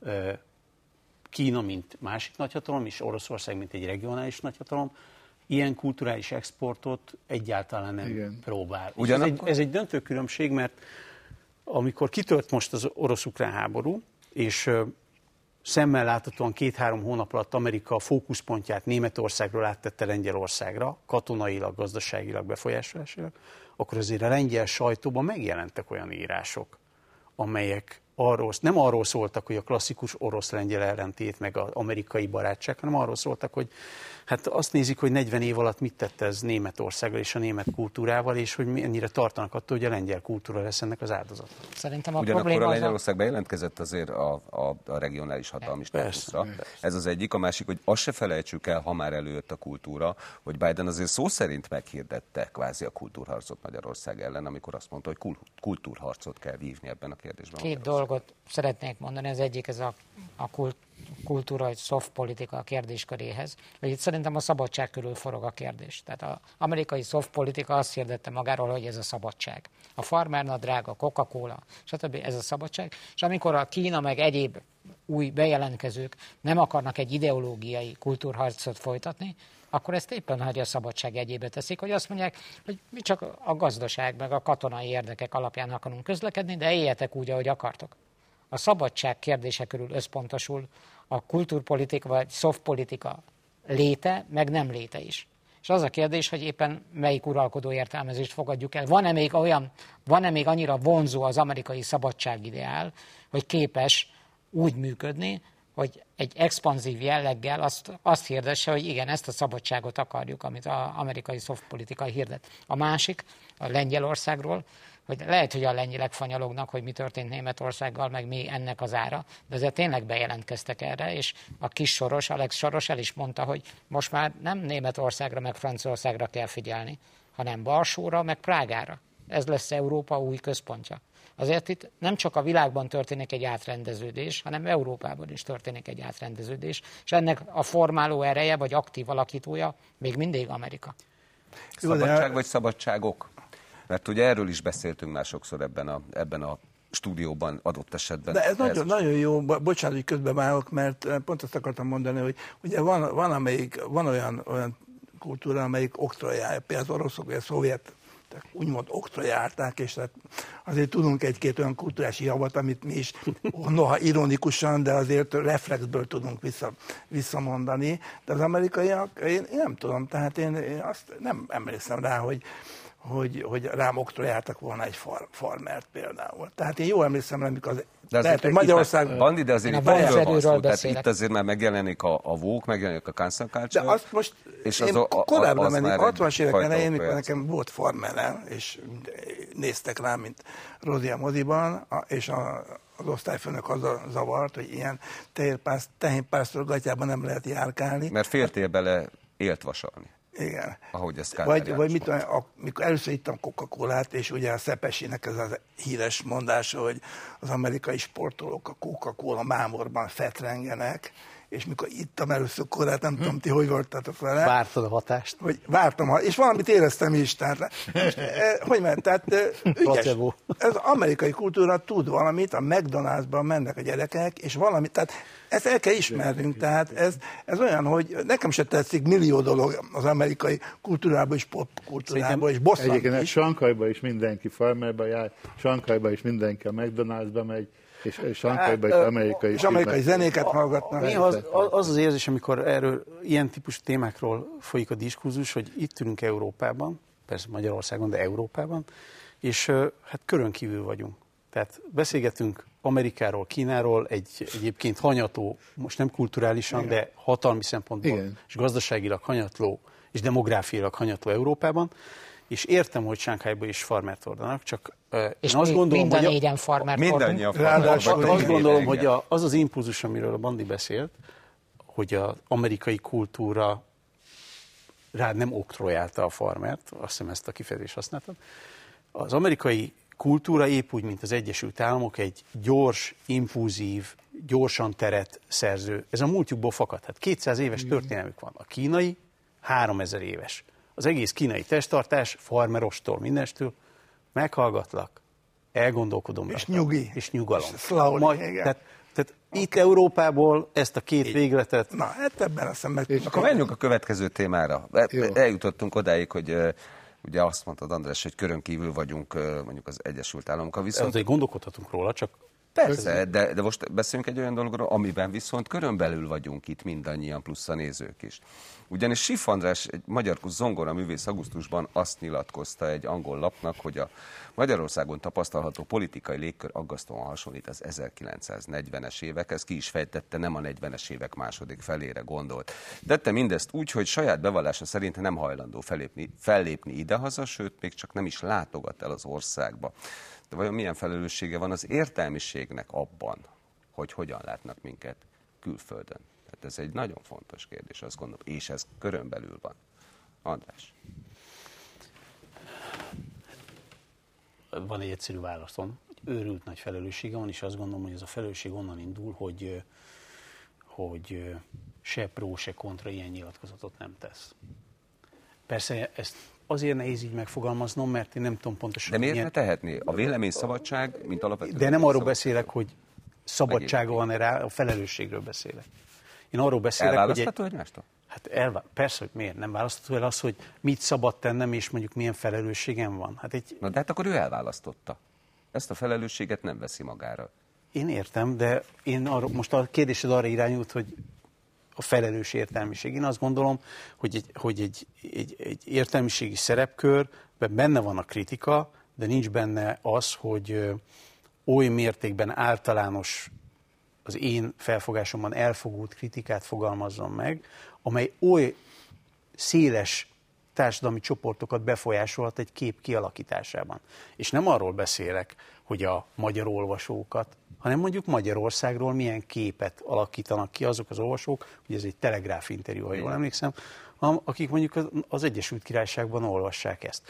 Kína, mint másik nagyhatalom, és Oroszország, mint egy regionális nagyhatalom, ilyen kulturális exportot egyáltalán nem igen. próbál. Ez egy döntő különbség, mert amikor kitört most az orosz-ukrán háború, és szemmel láthatóan 2-3 hónap alatt Amerika a fókuszpontját Németországról áttette Lengyelországra, katonailag, gazdaságilag, befolyásolásilag, akkor azért a lengyel sajtóban megjelentek olyan írások, amelyek nem arról szóltak, hogy a klasszikus orosz-lengyel ellentét, meg az amerikai barátság, hanem arról szóltak, hogy hát azt nézik, hogy 40 év alatt mit tette ez Németországgal és a német kultúrával, és hogy mennyire tartanak attól, hogy a lengyel kultúra lesz ennek az áldozata. Szerintem a ugyanakkor probléma a Lengyelországban jelentkezett azért a regionális hatalmi státuszra. Ez az egyik, a másik, hogy azt se felejtsük el, ha már előjött a kultúra, hogy Biden azért szó szerint meghirdette kvázi a kultúrharcot Magyarország ellen, amikor azt mondta, hogy kultúrharcot kell vívni ebben a kérdésben. Két dolgot szeretnék mondani, az egyik ez a kultúra, vagy soft politika kérdésköréhez, hogy itt szerintem a szabadság körül forog a kérdés. Tehát az amerikai soft politika azt hirdette magáról, hogy ez a szabadság. A farmernadrág, a Coca-Cola, stb. Ez a szabadság. És amikor a Kína meg egyéb új bejelentkezők nem akarnak egy ideológiai kultúrharcot folytatni, akkor ezt éppen, hogy a szabadság jegyébe teszik, hogy azt mondják, hogy mi csak a gazdaság meg a katonai érdekek alapján akarunk közlekedni, de éljetek úgy, ahogy akartok. A szabadság kérdése körül összpontosul a kultúrpolitika vagy soft politika léte, meg nem léte is. És az a kérdés, hogy éppen melyik uralkodó értelmezést fogadjuk el. Van-e még annyira vonzó az amerikai szabadságideál, hogy képes úgy működni, hogy egy expanzív jelleggel azt hirdesse, hogy igen, ezt a szabadságot akarjuk, amit az amerikai szoftpolitika hirdet. A másik, a Lengyelországról, hogy lehet, hogy a lengyelek fanyalognak, hogy mi történt Németországgal, meg mi ennek az ára, de azért tényleg bejelentkeztek erre, és a kis Soros, Alex Soros el is mondta, hogy most már nem Németországra, meg Franciaországra kell figyelni, hanem Varsóra, meg Prágára. Ez lesz Európa új központja. Azért itt nem csak a világban történik egy átrendeződés, hanem Európában is történik egy átrendeződés, és ennek a formáló ereje, vagy aktív alakítója még mindig Amerika. Szabadság vagy szabadságok? Mert ugye erről is beszéltünk már sokszor ebben a stúdióban adott esetben. De ez nagyon jó, bocsánat, hogy közbevágok, mert pont azt akartam mondani, hogy ugye van olyan kultúra, amelyik oktrojálja, például az oroszok vagy a szovjet úgymond oktrojálták, és tehát azért tudunk egy-két olyan kulturális javat, amit mi is, noha ironikusan, de azért reflexből tudunk visszamondani. De az amerikaiak, én nem tudom, tehát én azt nem emlékszem rá, hogy rám oktrojáltak volna egy farmert például. Tehát én jól emlékszem rá, amikor lehet, hogy Magyarország... Bandi, de azért itt van szó, tehát itt azért már megjelenik a woke, megjelenik a cancel culture. De azt most és én korábban mennék, 60-as évek elején, mikor játszó. nekem volt farmerem, és néztek rám, mint Rozi a moziban, és az osztályfőnök azzal zavart, hogy ilyen tehénpásztor gatyában nem lehet járkálni. Mert féltél bele élt vasalni. Igen. Ahogy ezt vagy mit tudom, amikor először ittam Coca-Colát, és ugye a Szepesinek ez a híres mondása, hogy az amerikai sportolók a Coca-Cola mámorban fetrengenek, és mikor ittam először korát, nem tudom, ti hogy voltatok vele. Vártad a hatást? Hogy vártam, és valamit éreztem is. Tehát, most, hogy ment? Tehát ügyes. Ez az amerikai kultúra tud valamit, a McDonald'sban mennek a gyerekek, és valamit, tehát ezt el kell ismernünk. Tehát ez olyan, hogy nekem se tetszik millió dolog az amerikai kultúrában és popkultúrában, és bosszant egyébként is. Sankajban is mindenki farmerba jár, Sankajban is mindenki a McDonald'sba megy, és Sankajban is amerikai és amerikai zenéket hallgatnak. Mi az érzés, amikor erről ilyen típusú témákról folyik a diskurzus, hogy itt ülünk Európában, persze Magyarországon, de Európában, és hát körön kívül vagyunk. Tehát beszélgetünk Amerikáról, Kínáról, egyébként hanyatló, most nem kulturálisan, igen, de hatalmi szempontból, igen, és gazdaságilag hanyatló, és demográfiailag hanyatló Európában, és értem, hogy Sánkhájban is farmert hordanak, csak és én azt gondolom, mind a négyen farmert mindannyian farmert. Azt gondolom, hogy az az impulzus, amiről a Bandi beszélt, hogy az amerikai kultúra rád nem oktrojálta a farmert, azt hiszem ezt a kifejezést használtam. Az amerikai kultúra épp úgy, mint az Egyesült Államok, egy gyors, impulzív, gyorsan teret szerző. Ez a múltjukból fakad. Hát 200 éves történelmük van. A kínai 3000 éves. Az egész kínai testtartás, farmerostól, mindenestől, meghallgatlak, elgondolkodom. És nyugi. És nyugalom. Tehát itt Európából ezt a két végletet... Na, hát ebben azt hiszem meg... Akkor menjünk a következő témára. Eljutottunk odáig, hogy ugye azt mondtad, András, hogy körön kívül vagyunk mondjuk az Egyesült Államokkal. Viszont... Azért gondolkodhatunk róla, csak... Persze, de most beszélünk egy olyan dologról, amiben viszont körön belül vagyunk itt mindannyian, plusz a nézők is. Ugyanis Schiff András, egy magyar zongoraművész augusztusban azt nyilatkozta egy angol lapnak, hogy a Magyarországon tapasztalható politikai légkör aggasztóan hasonlít az 1940-es évekhez, ki is fejtette, nem a 40-es évek második felére gondolt. Tette mindezt úgy, hogy saját bevallása szerint nem hajlandó fellépni idehaza, sőt, még csak nem is látogat el az országba. De vajon milyen felelőssége van az értelmiségnek abban, hogy hogyan látnak minket külföldön? Tehát ez egy nagyon fontos kérdés, azt gondolom, és ez körön belül van. András. Van egy egyszerű válaszom. Őrült nagy felelőssége van, és azt gondolom, hogy ez a felelősség onnan indul, hogy se pró, se kontra ilyen nyilatkozatot nem tesz. Persze ezt azért nehéz így megfogalmaznom, mert én nem tudom pontosan... De miért ne tehetné? A véleményszabadság, mint alapvető... De nem arról beszélek, hogy szabadsága van rá, a felelősségről beszélek. Én arról beszélek, elválasztható egymástól? Hát persze, hogy miért? Nem választható el az, hogy mit szabad tennem, és mondjuk milyen felelősségem van. Na de hát akkor ő elválasztotta. Ezt a felelősséget nem veszi magára. Én értem, de most a kérdésed arra irányult, hogy a felelős értelmiség. Én azt gondolom, hogy egy értelmiségi szerepkörben benne van a kritika, de nincs benne az, hogy oly mértékben általános az én felfogásomban elfogult kritikát fogalmazzon meg, amely oly széles társadalmi csoportokat befolyásolhat egy kép kialakításában. És nem arról beszélek, hogy a magyar olvasókat, hanem mondjuk Magyarországról milyen képet alakítanak ki azok az olvasók, hogy ez egy telegráf interjú, ha jól emlékszem, akik mondjuk az Egyesült Királyságban olvassák ezt.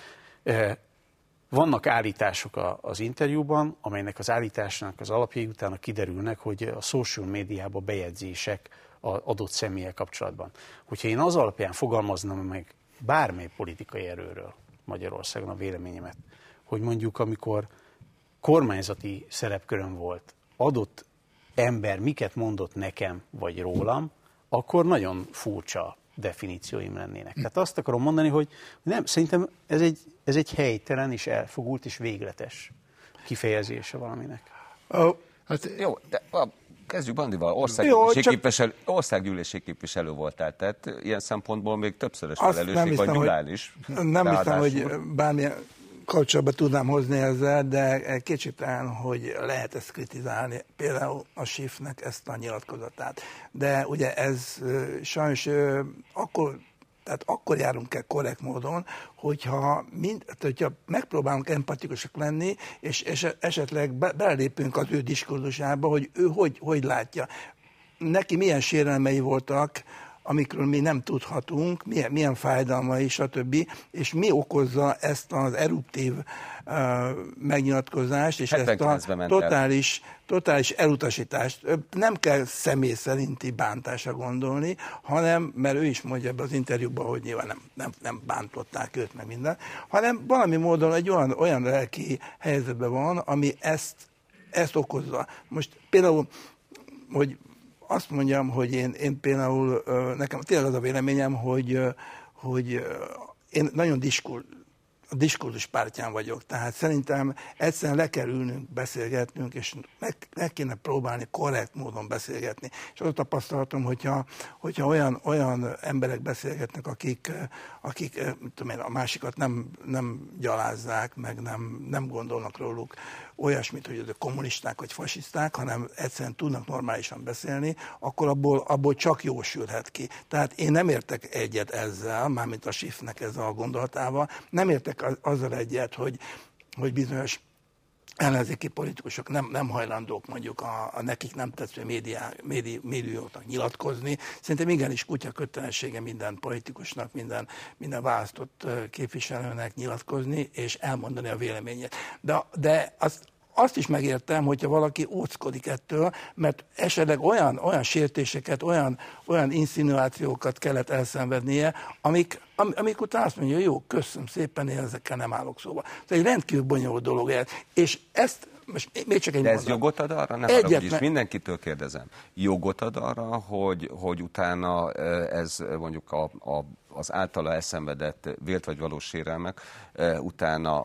Vannak állítások az interjúban, amelynek az állításnak az alapjai utána kiderülnek, hogy a social médiában bejegyzések az adott személlyel kapcsolatban. Hogyha én az alapján fogalmaznám meg bármely politikai erőről Magyarországon a véleményemet, hogy mondjuk amikor kormányzati szerepköröm volt, adott ember miket mondott nekem vagy rólam, akkor nagyon furcsa definícióim lennének. Tehát azt akarom mondani, hogy nem, szerintem ez egy helytelen és elfogult és végletes kifejezése valaminek. Hát jó, de kezdjük Bandival. Országgyűlési képviselő voltál, tehát ilyen szempontból még többszörös felelősség vagy Gyulán is. Nem hiszem, hogy bármilyen kapcsolatban tudnám hozni ezzel, de kétségtelen, hogy lehet ezt kritizálni, például a Schiffnek ezt a nyilatkozatát. De ugye ez sajnos akkor járunk el korrekt módon, hogyha megpróbálunk empatikusak lenni, és esetleg belépünk az ő diskurzusába, hogy ő hogy látja. Neki milyen sérelmei voltak, amikről mi nem tudhatunk, milyen fájdalmai, stb. És mi okozza ezt az eruptív megnyilatkozást, és ezt a totális elutasítást. Nem kell személy szerinti bántásra gondolni, hanem, mert ő is mondja ebben az interjúban, hogy nyilván nem bántották őt, meg minden, hanem valami módon egy olyan lelki helyzetben van, ami ezt okozza. Most például, hogy azt mondjam, hogy én például, nekem tényleg az a véleményem, hogy én nagyon a diskurzus pártján vagyok. Tehát szerintem egyszerűen le kell ülnünk, beszélgetnünk, és meg kéne próbálni korrekt módon beszélgetni. És az a tapasztalatom, hogyha olyan emberek beszélgetnek, akik tudom én, a másikat nem gyalázzák, meg nem gondolnak róluk olyasmit, hogy ezek kommunisták vagy fasiszták, hanem egyszerűen tudnak normálisan beszélni, akkor abból csak jósülhet ki. Tehát én nem értek egyet ezzel, mármint a Schiffnek ezzel a gondolatával, nem értek azzal egyet, hogy bizonyos ellenzéki politikusok nem hajlandók mondjuk a nekik nem tetsző médiumoknak nyilatkozni. Szerintem igenis kutya kötelessége minden politikusnak, minden választott képviselőnek nyilatkozni, és elmondani a véleményét. De azt is megértem, hogyha valaki óckodik ettől, mert esetleg olyan sértéseket, olyan insinuációkat kellett elszenvednie, amik után azt mondja, jó, köszönöm szépen, én ezekkel nem állok szóba. Ez egy rendkívül bonyolult dolog el. És ezt most még csak egy de ez jogot ad arra? Nem arra, úgyis mindenkitől kérdezem. Jogot ad arra, hogy utána ez mondjuk az általa elszenvedett vélt vagy valós sérelmek utána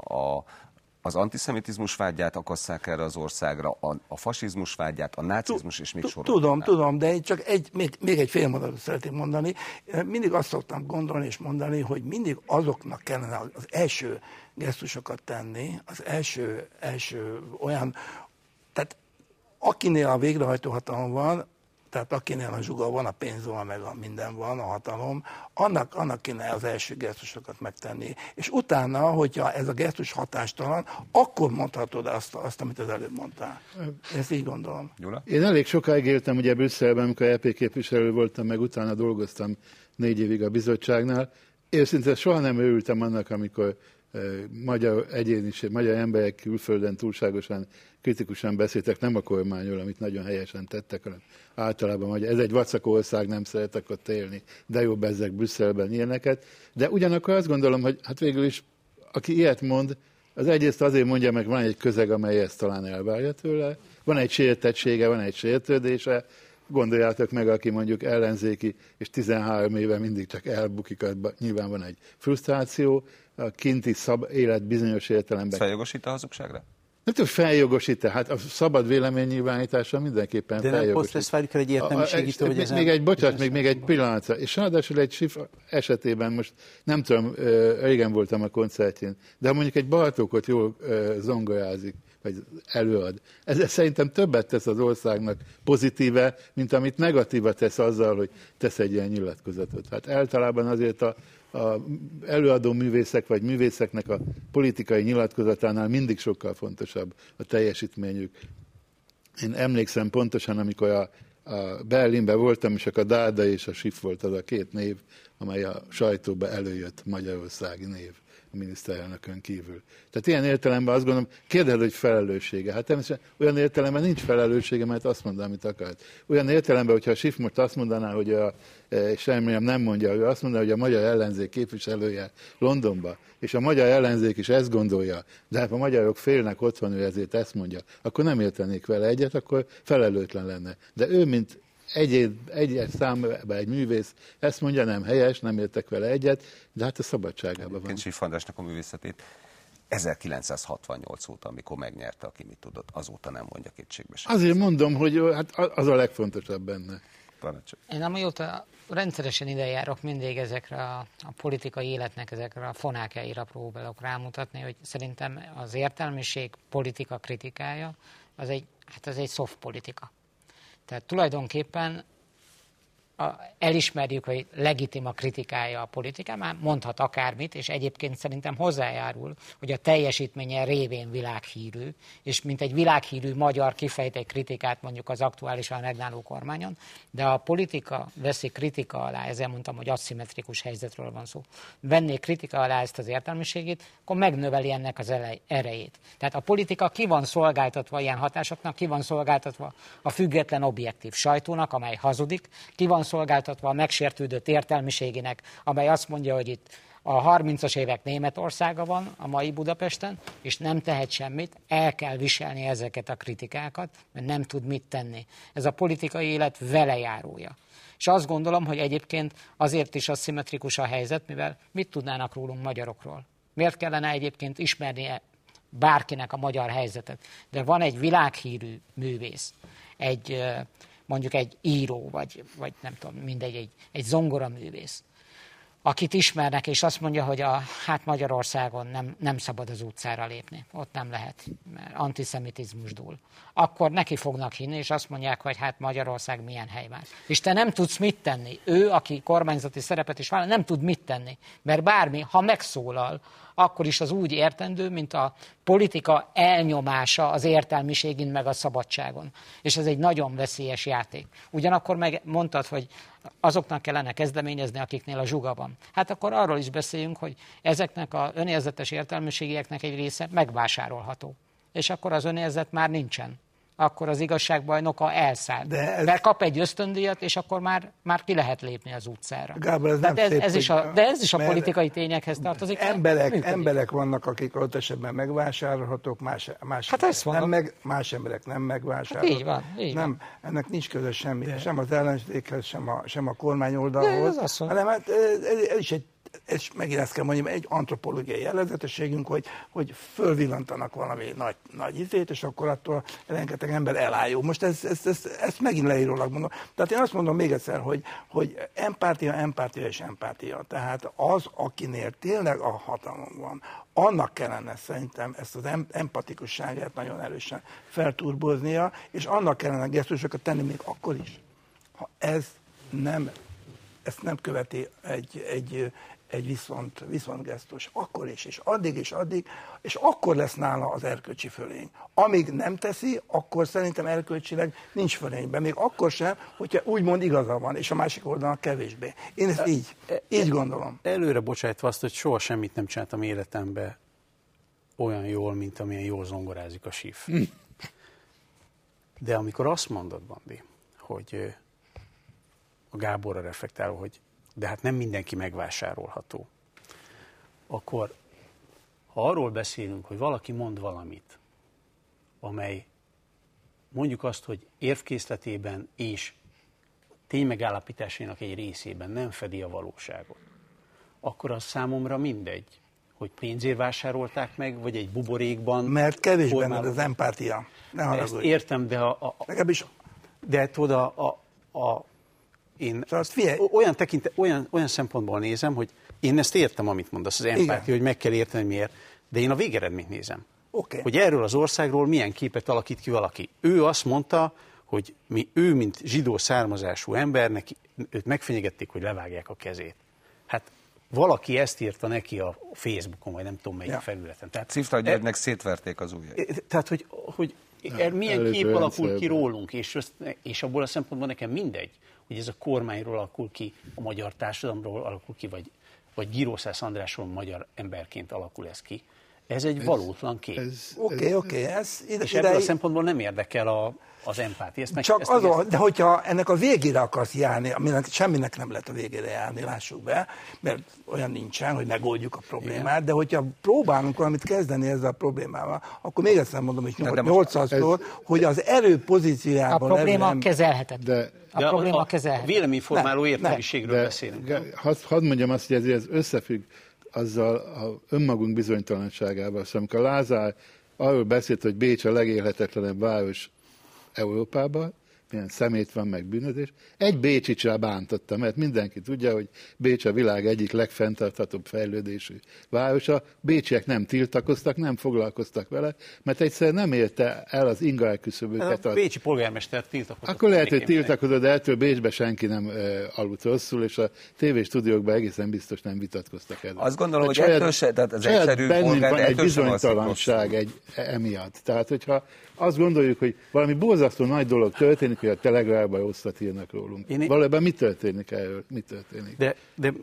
az antiszemitizmus vágyát akasszák erre az országra, a fasizmus vágyát, a nácizmus és még sorolhatnám. Tudom, de én csak még egy fél mondatot szeretnék mondani. Mindig azt szoktam gondolni és mondani, hogy mindig azoknak kellene az első gesztusokat tenni, az első olyan, tehát akinél a végrehajtó hatalom van, tehát akinél a zsuga van, a pénz van, meg a minden van, a hatalom, annak kéne az első gesztusokat megtenni. És utána, hogyha ez a gesztus hatástalan, akkor mondhatod azt amit az előbb mondtál. Ezt így gondolom. Gyula? Én elég sokáig éltem ugye Brüsszelben, amikor EP képviselő voltam, meg utána dolgoztam 4 évig a bizottságnál. Őszintén soha nem örültem annak, amikor magyar egyéniség, magyar emberek külföldön túlságosan kritikusan beszéltek, nem a kormányról, amit nagyon helyesen tettek, hanem általában, hogy ez egy vacak ország, nem szeretek ott élni, de jobb ezek Brüsszelben ilyeneket. De ugyanakkor azt gondolom, hogy hát végül is, aki ilyet mond, az egyrészt azért mondja meg, van egy közeg, amely ezt talán elvárja tőle, van egy sértettsége, van egy sértődése, gondoljátok meg, aki mondjuk ellenzéki, és 13 éve mindig csak elbukik, nyilván van egy frusztráció, a kinti élet bizonyos értelemben. Feljogosít a hazugságra? Nem tudom, feljogosít-e? Hát a szabad véleménynyilvánítása mindenképpen feljogosít. De nem ezt várjuk el egy értelmi segítő, hogy ez még egy pillanatra. És ráadásul egy Schiff esetében most nem tudom, régen voltam a koncertjén, de ha mondjuk egy Bartókot jól zongorázik, vagy előad. Ez szerintem többet tesz az országnak pozitíve, mint amit negatíva tesz azzal, hogy tesz egy ilyen nyilatkozatot. Hát általában azért a előadó művészek vagy művészeknek a politikai nyilatkozatánál mindig sokkal fontosabb a teljesítményük. Én emlékszem pontosan, amikor a Berlinben voltam, és akkor a Dáda és a Schiff volt az a két név, amely a sajtóba előjött, magyarországi név a miniszterelnökön kívül. Tehát ilyen értelemben azt gondolom, kérdezed, hogy felelőssége. Hát természetesen olyan értelemben nincs felelőssége, mert azt mondja, amit akart. Olyan értelemben, hogyha a Schiff most azt mondaná, hogy és remélem nem mondja, ő azt mondaná, hogy a magyar ellenzék képviselője Londonba, és a magyar ellenzék is ezt gondolja, de hát a magyarok félnek otthon, ő ezért ezt mondja, akkor nem értenék vele egyet, akkor felelőtlen lenne. De ő, mint egyes számban egy művész, ezt mondja, nem helyes, nem értek vele egyet, de hát a szabadságában van. Schiff Andrásnak a művészetét 1968 óta, amikor megnyerte, aki mit tudott, azóta nem mondja kétségbe sem. Azért mondom, hogy hát az a legfontosabb benne. Én amióta rendszeresen ide járok, mindig ezekre a politikai életnek, ezekre a fonákjaira próbálok rámutatni, hogy szerintem az értelmiség politika kritikája, az egy soft politika. Tehát tulajdonképpen elismerjük, hogy legitim a kritikája a politikán, már mondhat akármit, és egyébként szerintem hozzájárul, hogy a teljesítménye révén világhírű, és mint egy világhírű magyar kifejt egy kritikát mondjuk az aktuálisan regnáló kormányon, de a politika veszi kritika alá, ezzel mondtam, hogy aszimmetrikus helyzetről van szó, venné kritika alá ezt az értelmiségét, akkor megnöveli ennek az erejét. Tehát a politika ki van szolgáltatva ilyen hatásoknak, ki van szolgáltatva a független objektív sajtónak, amely hazudik, ki van szolgáltatva a megsértődött értelmiségének, amely azt mondja, hogy itt a 30-as évek Németországa van a mai Budapesten, és nem tehet semmit, el kell viselni ezeket a kritikákat, mert nem tud mit tenni. Ez a politikai élet velejárója. És azt gondolom, hogy egyébként azért is aszimmetrikus a helyzet, mivel mit tudnának rólunk magyarokról? Miért kellene egyébként ismernie bárkinek a magyar helyzetet? De van egy világhírű művész, mondjuk egy író, vagy nem tudom, mindegy, egy zongoraművész, akit ismernek, és azt mondja, hogy hát Magyarországon nem szabad az utcára lépni, ott nem lehet, mert antiszemitizmus dúl. Akkor neki fognak hinni, és azt mondják, hogy hát Magyarország milyen hely már. És te nem tudsz mit tenni. Ő, aki kormányzati szerepet is vállal, nem tud mit tenni. Mert bármi, ha megszólal, akkor is az úgy értendő, mint a politika elnyomása az értelmiségén meg a szabadságon. És ez egy nagyon veszélyes játék. Ugyanakkor meg mondtad, hogy azoknak kellene kezdeményezni, akiknél a zsuga van. Hát akkor arról is beszéljünk, hogy ezeknek az önérzetes értelmiségieknek egy része megvásárolható. És akkor az önérzet már nincsen. Akkor az igazságbajnoka elszáll. Mert kap egy ösztöndíjat, és akkor már ki lehet lépni az utcára. Gábor, ez nem szép, ez is a politikai tényekhez tartozik. Emberek vannak, akik ott esetben megvásárolhatók, más emberek nem megvásárolhatók. Hát így van. Ennek nincs közös semmi, sem az ellenzékhez, sem a kormány oldalhoz, hanem hát ez is és megint ezt kell mondjam, egy antropológiai jellegzetességünk, hogy fölvillantanak valami nagy izét, és akkor attól rengeteg ember elájul. Most ezt megint leírólag mondom. Tehát én azt mondom még egyszer, hogy empátia. Tehát az, akinél tényleg a hatalom van, annak kellene szerintem ezt az empatikusságát nagyon erősen felturboznia, és annak kellene gesztusokat tenni még akkor is, ha ezt nem követi egy viszontgesztus, akkor is, és addig, és akkor lesz nála az erkölcsi fölény. Amíg nem teszi, akkor szerintem erkölcsileg nincs fölényben, még akkor sem, hogyha úgymond igaza van, és a másik oldalnak kevésbé. Én ezt így gondolom. Előre bocsájtva azt, hogy soha semmit nem csináltam életemben olyan jól, mint amilyen jól zongorázik a Schiff. De amikor azt mondod, Bandi, hogy a Gáborra reflektálva, hogy de hát nem mindenki megvásárolható, akkor ha arról beszélünk, hogy valaki mond valamit, amely mondjuk azt, hogy érvkészletében és ténymegállapításainak egy részében nem fedi a valóságot, akkor az számomra mindegy, hogy pénzért vásárolták meg, vagy egy buborékban. Mert kevés benned az empátia. Ezt értem, de de tudod, én olyan szempontból nézem, hogy én ezt értem, amit mondasz, az empátia, hogy meg kell érteni, miért, de én a végeredményt nézem. hogy erről az országról milyen képet alakít ki valaki. Ő azt mondta, hogy ő, mint zsidó származású embernek, őt megfenyegették, hogy levágják a kezét. Hát valaki ezt írta neki a Facebookon, vagy nem tudom melyik felületen. Cifta Györgynek szétverték az ujjait. Tehát, hogy milyen kép alakul ki rólunk, és abból a szempontból nekem mindegy, hogy ez a kormányról alakul ki, a magyar társadalomról alakul ki, vagy Girószász Andrásról magyar emberként alakul ez ki. Ez egy valótlan kép. Oké. És ebből a szempontból nem érdekel az empátia. De hogyha ennek a végére akarsz járni, aminek semminek nem lehet a végére járni, lássuk be, mert olyan nincsen, hogy megoldjuk a problémát, igen. De hogyha próbálunk valamit kezdeni ezzel a problémával, akkor még egyszer mondom, hogy 800-szor, hogy az erő pozíciójában... A probléma kezelhetetlen. A probléma kezelhetetlen. Véleményformáló értelmiségről beszélünk. Hadd mondjam azt, hogy ez összefügg azzal a önmagunk bizonytalanságával. Szóval amikor Lázár arról beszélt, hogy Bécs a legélhetetlenebb város Európában, milyen szemét van, meg bűnözés. Egy Bécsit sem bántotta, mert mindenki tudja, hogy Bécs a világ egyik legfenntarthatóbb fejlődésű városa. Bécsiek nem tiltakoztak, nem foglalkoztak vele, mert egyszerűen nem érte el az ingerküszöböket. A bécsi polgármester tiltakozott. Akkor lehet, hogy tiltakozott, de ettől Bécsben senki nem aludt rosszul, és a tévésstúdiókban egészen biztos nem vitatkoztak erről. Azt gondolom, hogy ettől se, tehát az egyszerű polgár, van egy bizonytalanság emiatt. Tehát, hogyha azt gondoljuk, hogy valami borzasztó nagy dolog történik, hogy a Telegramban rosszat írnak rólunk. Valójában mi történik erről? Mi történik? De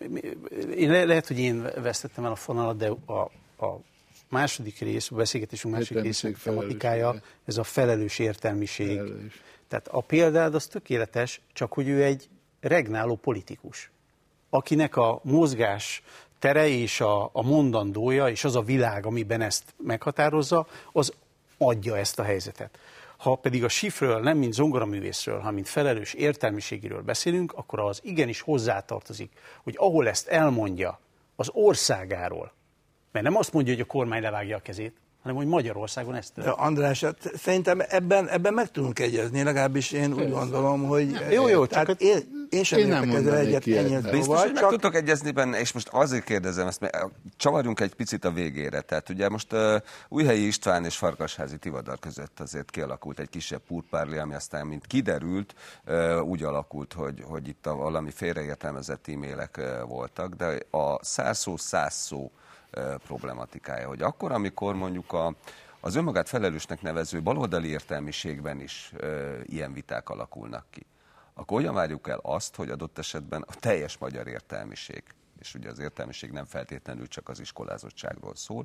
lehet, hogy én vesztettem el a fonalat, de a második rész, a beszélgetésünk második rész tematikája, ez a felelős értelmiség. Felelős. Tehát a példád az tökéletes, csak hogy ő egy regnáló politikus, akinek a mozgás tere és a mondandója, és az a világ, amiben ezt meghatározza, az adja ezt a helyzetet. Ha pedig a Schiffről nem mint zongoraművészről, hanem mint felelős értelmiségiről beszélünk, akkor az igenis hozzátartozik, hogy ahol ezt elmondja az országáról, mert nem azt mondja, hogy a kormány levágja a kezét, hanem hogy Magyarországon ezt történik. András, szerintem ebben meg tudunk egyezni, legalábbis én úgy gondolom, hogy... Jó, csak én sem értek ezzel egyet ennyit. Biztos, hogy meg tudtok egyezni benne, és most azért kérdezem ezt, mert csavarjunk egy picit a végére. Tehát ugye most Újhelyi István és Farkasházi Tivadar között azért kialakult egy kisebb purpárli, ami aztán, mint kiderült, úgy alakult, hogy itt valami félreértelmezett e-mailek voltak, de a 100 szó problematikája, hogy akkor, amikor mondjuk az önmagát felelősnek nevező baloldali értelmiségben is ilyen viták alakulnak ki, akkor olyan várjuk el azt, hogy adott esetben a teljes magyar értelmiség, és ugye az értelmiség nem feltétlenül csak az iskolázottságról szól,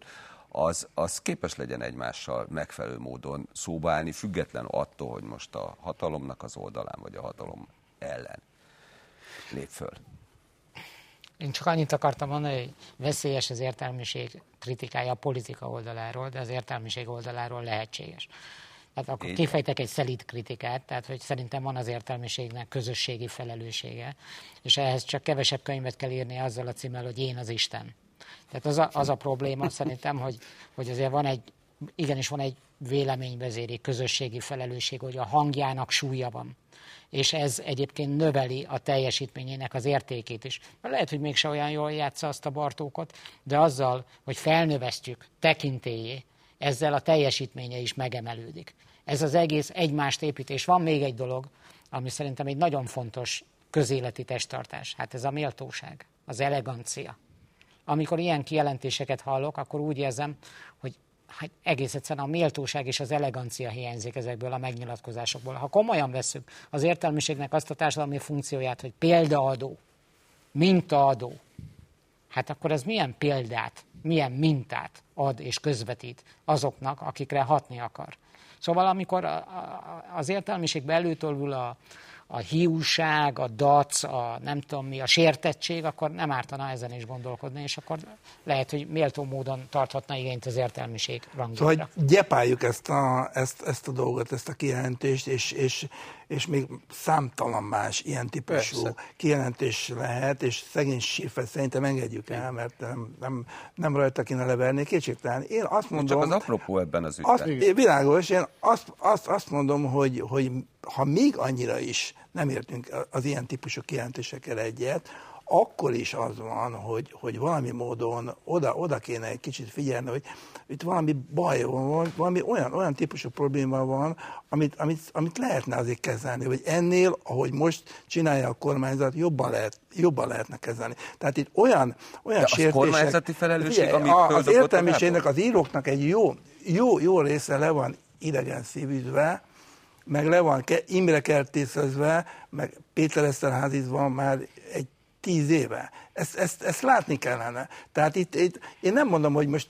az képes legyen egymással megfelelő módon szóba állni, független attól, hogy most a hatalomnak az oldalán, vagy a hatalom ellen lép föl. Én csak annyit akartam mondani, hogy veszélyes az értelmiség kritikája a politika oldaláról, de az értelmiség oldaláról lehetséges. Tehát akkor kifejtek egy szelíd kritikát, tehát hogy szerintem van az értelmiségnek közösségi felelőssége, és ehhez csak kevesebb könyvet kell írni azzal a címmel, hogy én az Isten. Tehát az a probléma szerintem, hogy azért igenis van egy véleményvezéri közösségi felelősség, hogy a hangjának súlya van. És ez egyébként növeli a teljesítményének az értékét is. Lehet, hogy mégse olyan jól játsza azt a Bartókot, de azzal, hogy felnövesztjük tekintélyé, ezzel a teljesítménye is megemelődik. Ez az egész egymást épít, és van még egy dolog, ami szerintem egy nagyon fontos közéleti testtartás. Hát ez a méltóság, az elegancia. Amikor ilyen kijelentéseket hallok, akkor úgy érzem, hogy hát egész egyszerűen a méltóság és az elegancia hiányzik ezekből a megnyilatkozásokból. Ha komolyan vesszük az értelmiségnek azt a társadalmi funkcióját, hogy példaadó, mintaadó, hát akkor ez milyen példát, milyen mintát ad és közvetít azoknak, akikre hatni akar. Szóval amikor az értelmiségbe előtolul a hiúság, a dac, a nem tudom mi, a sértettség, akkor nem ártana ezen is gondolkodni, és akkor lehet, hogy méltó módon tarthatna igényt az értelmiség rangjára. Szóval gyepáljuk ezt a dolgot, ezt a kijelentést, és még számtalan más ilyen típusú kijelentés lehet, és szegény Schiffer szerintem engedjük el, mert nem rajta kéne leverni, kétségtelen. Én azt mondom... Csak az apropó ebben az ügyben. Világos, én azt mondom, hogy ha még annyira is nem értünk az ilyen típusú kijelentésekkel egyet, akkor is az van, hogy valami módon oda kéne egy kicsit figyelni, hogy itt valami baj van, valami olyan típusú probléma van, amit lehetne azért kezelni, vagy ennél, ahogy most csinálja a kormányzat, jobban lehetne kezelni. Tehát itt olyan sértések... kormányzati felelősség, ugye, az értelmiségnek, az íróknak egy jó része le van idegen szívűzve, meg le van Imre kertészezve, meg Péter Eszterházy van már egy 10 éve. Ezt látni kellene. Tehát itt én nem mondom, hogy most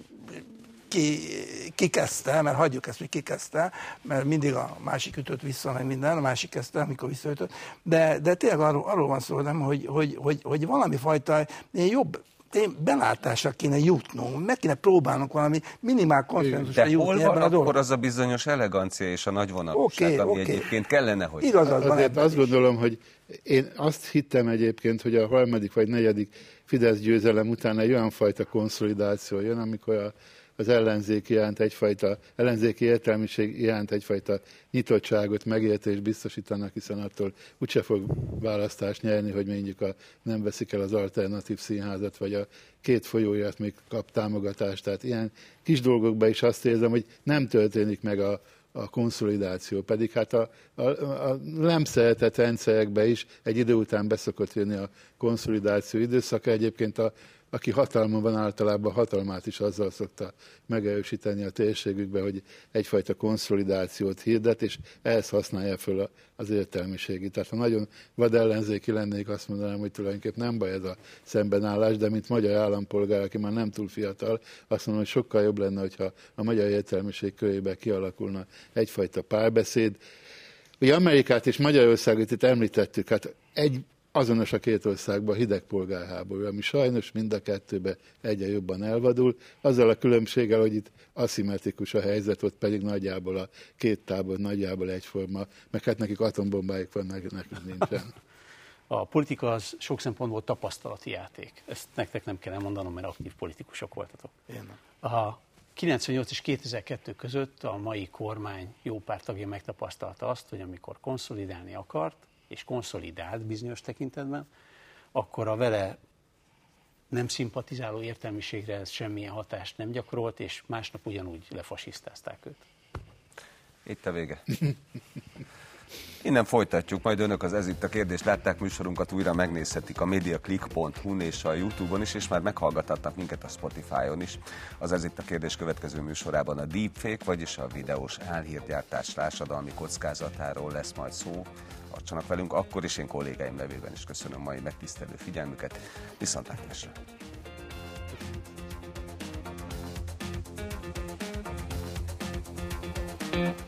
ki kezdte, mert hagyjuk ezt, hogy ki kezdte, mert mindig a másik ütött vissza, meg minden, a másik kezdte, amikor visszaütött. De tényleg arról van szó, nem, hogy valami fajta jobb belátásra kéne jutnunk, meg kéne próbálnunk valami minimál konszenzusra jutni ebben a dologban. De hol van akkor az a bizonyos elegancia és a nagyvonalúság, ami egyébként kellene, hogy... Igazad van. Azért azt gondolom, hogy én azt hittem egyébként, hogy a 3. vagy 4. Fidesz győzelem után egy olyan fajta konszolidáció jön, amikor az ellenzéki értelmiség iránt egyfajta nyitottságot, megértést biztosítanak, hiszen attól úgyse fog választást nyerni, hogy mondjuk nem veszik el az alternatív színházat, vagy a 2 folyóirat még kap támogatást. Tehát ilyen kis dolgokban is azt érzem, hogy nem történik meg a konszolidáció, pedig hát a nem szeretett rendszerekbe is egy idő után beszokott jönni a konszolidáció időszaka. Egyébként aki hatalmon van, általában hatalmát is azzal szokta megerősíteni a térségükbe, hogy egyfajta konszolidációt hirdet, és ehhez használja föl az értelmiségi. Tehát ha nagyon vadellenzéki lennék, azt mondanám, hogy tulajdonképpen nem baj ez a szembenállás, de mint magyar állampolgár, aki már nem túl fiatal, azt mondom, hogy sokkal jobb lenne, hogyha a magyar értelmiség körében kialakulna egyfajta párbeszéd. Ugye Amerikát és Magyarországot itt említettük, hát azonos a 2 országban a hideg polgárháború, ami sajnos mind a 2-ben egyre jobban elvadul, azzal a különbséggel, hogy itt aszimmetrikus a helyzet, ott pedig nagyjából a 2 tábor nagyjából egyforma, meg hát nekik atombombáik van, nekünk nincsen. A politika az sok szempontból tapasztalati játék. Ezt nektek nem kell mondanom, mert aktív politikusok voltatok. A 98 és 2002 között a mai kormány jó pár tagja megtapasztalta azt, hogy amikor konszolidálni akart, és konszolidált bizonyos tekintetben, akkor a vele nem szimpatizáló értelmiségre ez semmilyen hatást nem gyakorolt, és másnap ugyanúgy lefasisztázták őt. Itt a vége. Innen folytatjuk, majd önök az Ez itt a kérdés látták műsorunkat, újra megnézhetik a mediaclick.hu-n és a YouTube-on is, és már meghallgathatnak minket a Spotify-on is. Az Ez itt a kérdés következő műsorában a deepfake, vagyis a videós álhírgyártás társadalmi kockázatáról lesz majd szó. Tartsanak velünk, akkor is én kollégáim nevében is köszönöm mai megtisztelő figyelmüket. Viszontlátásra!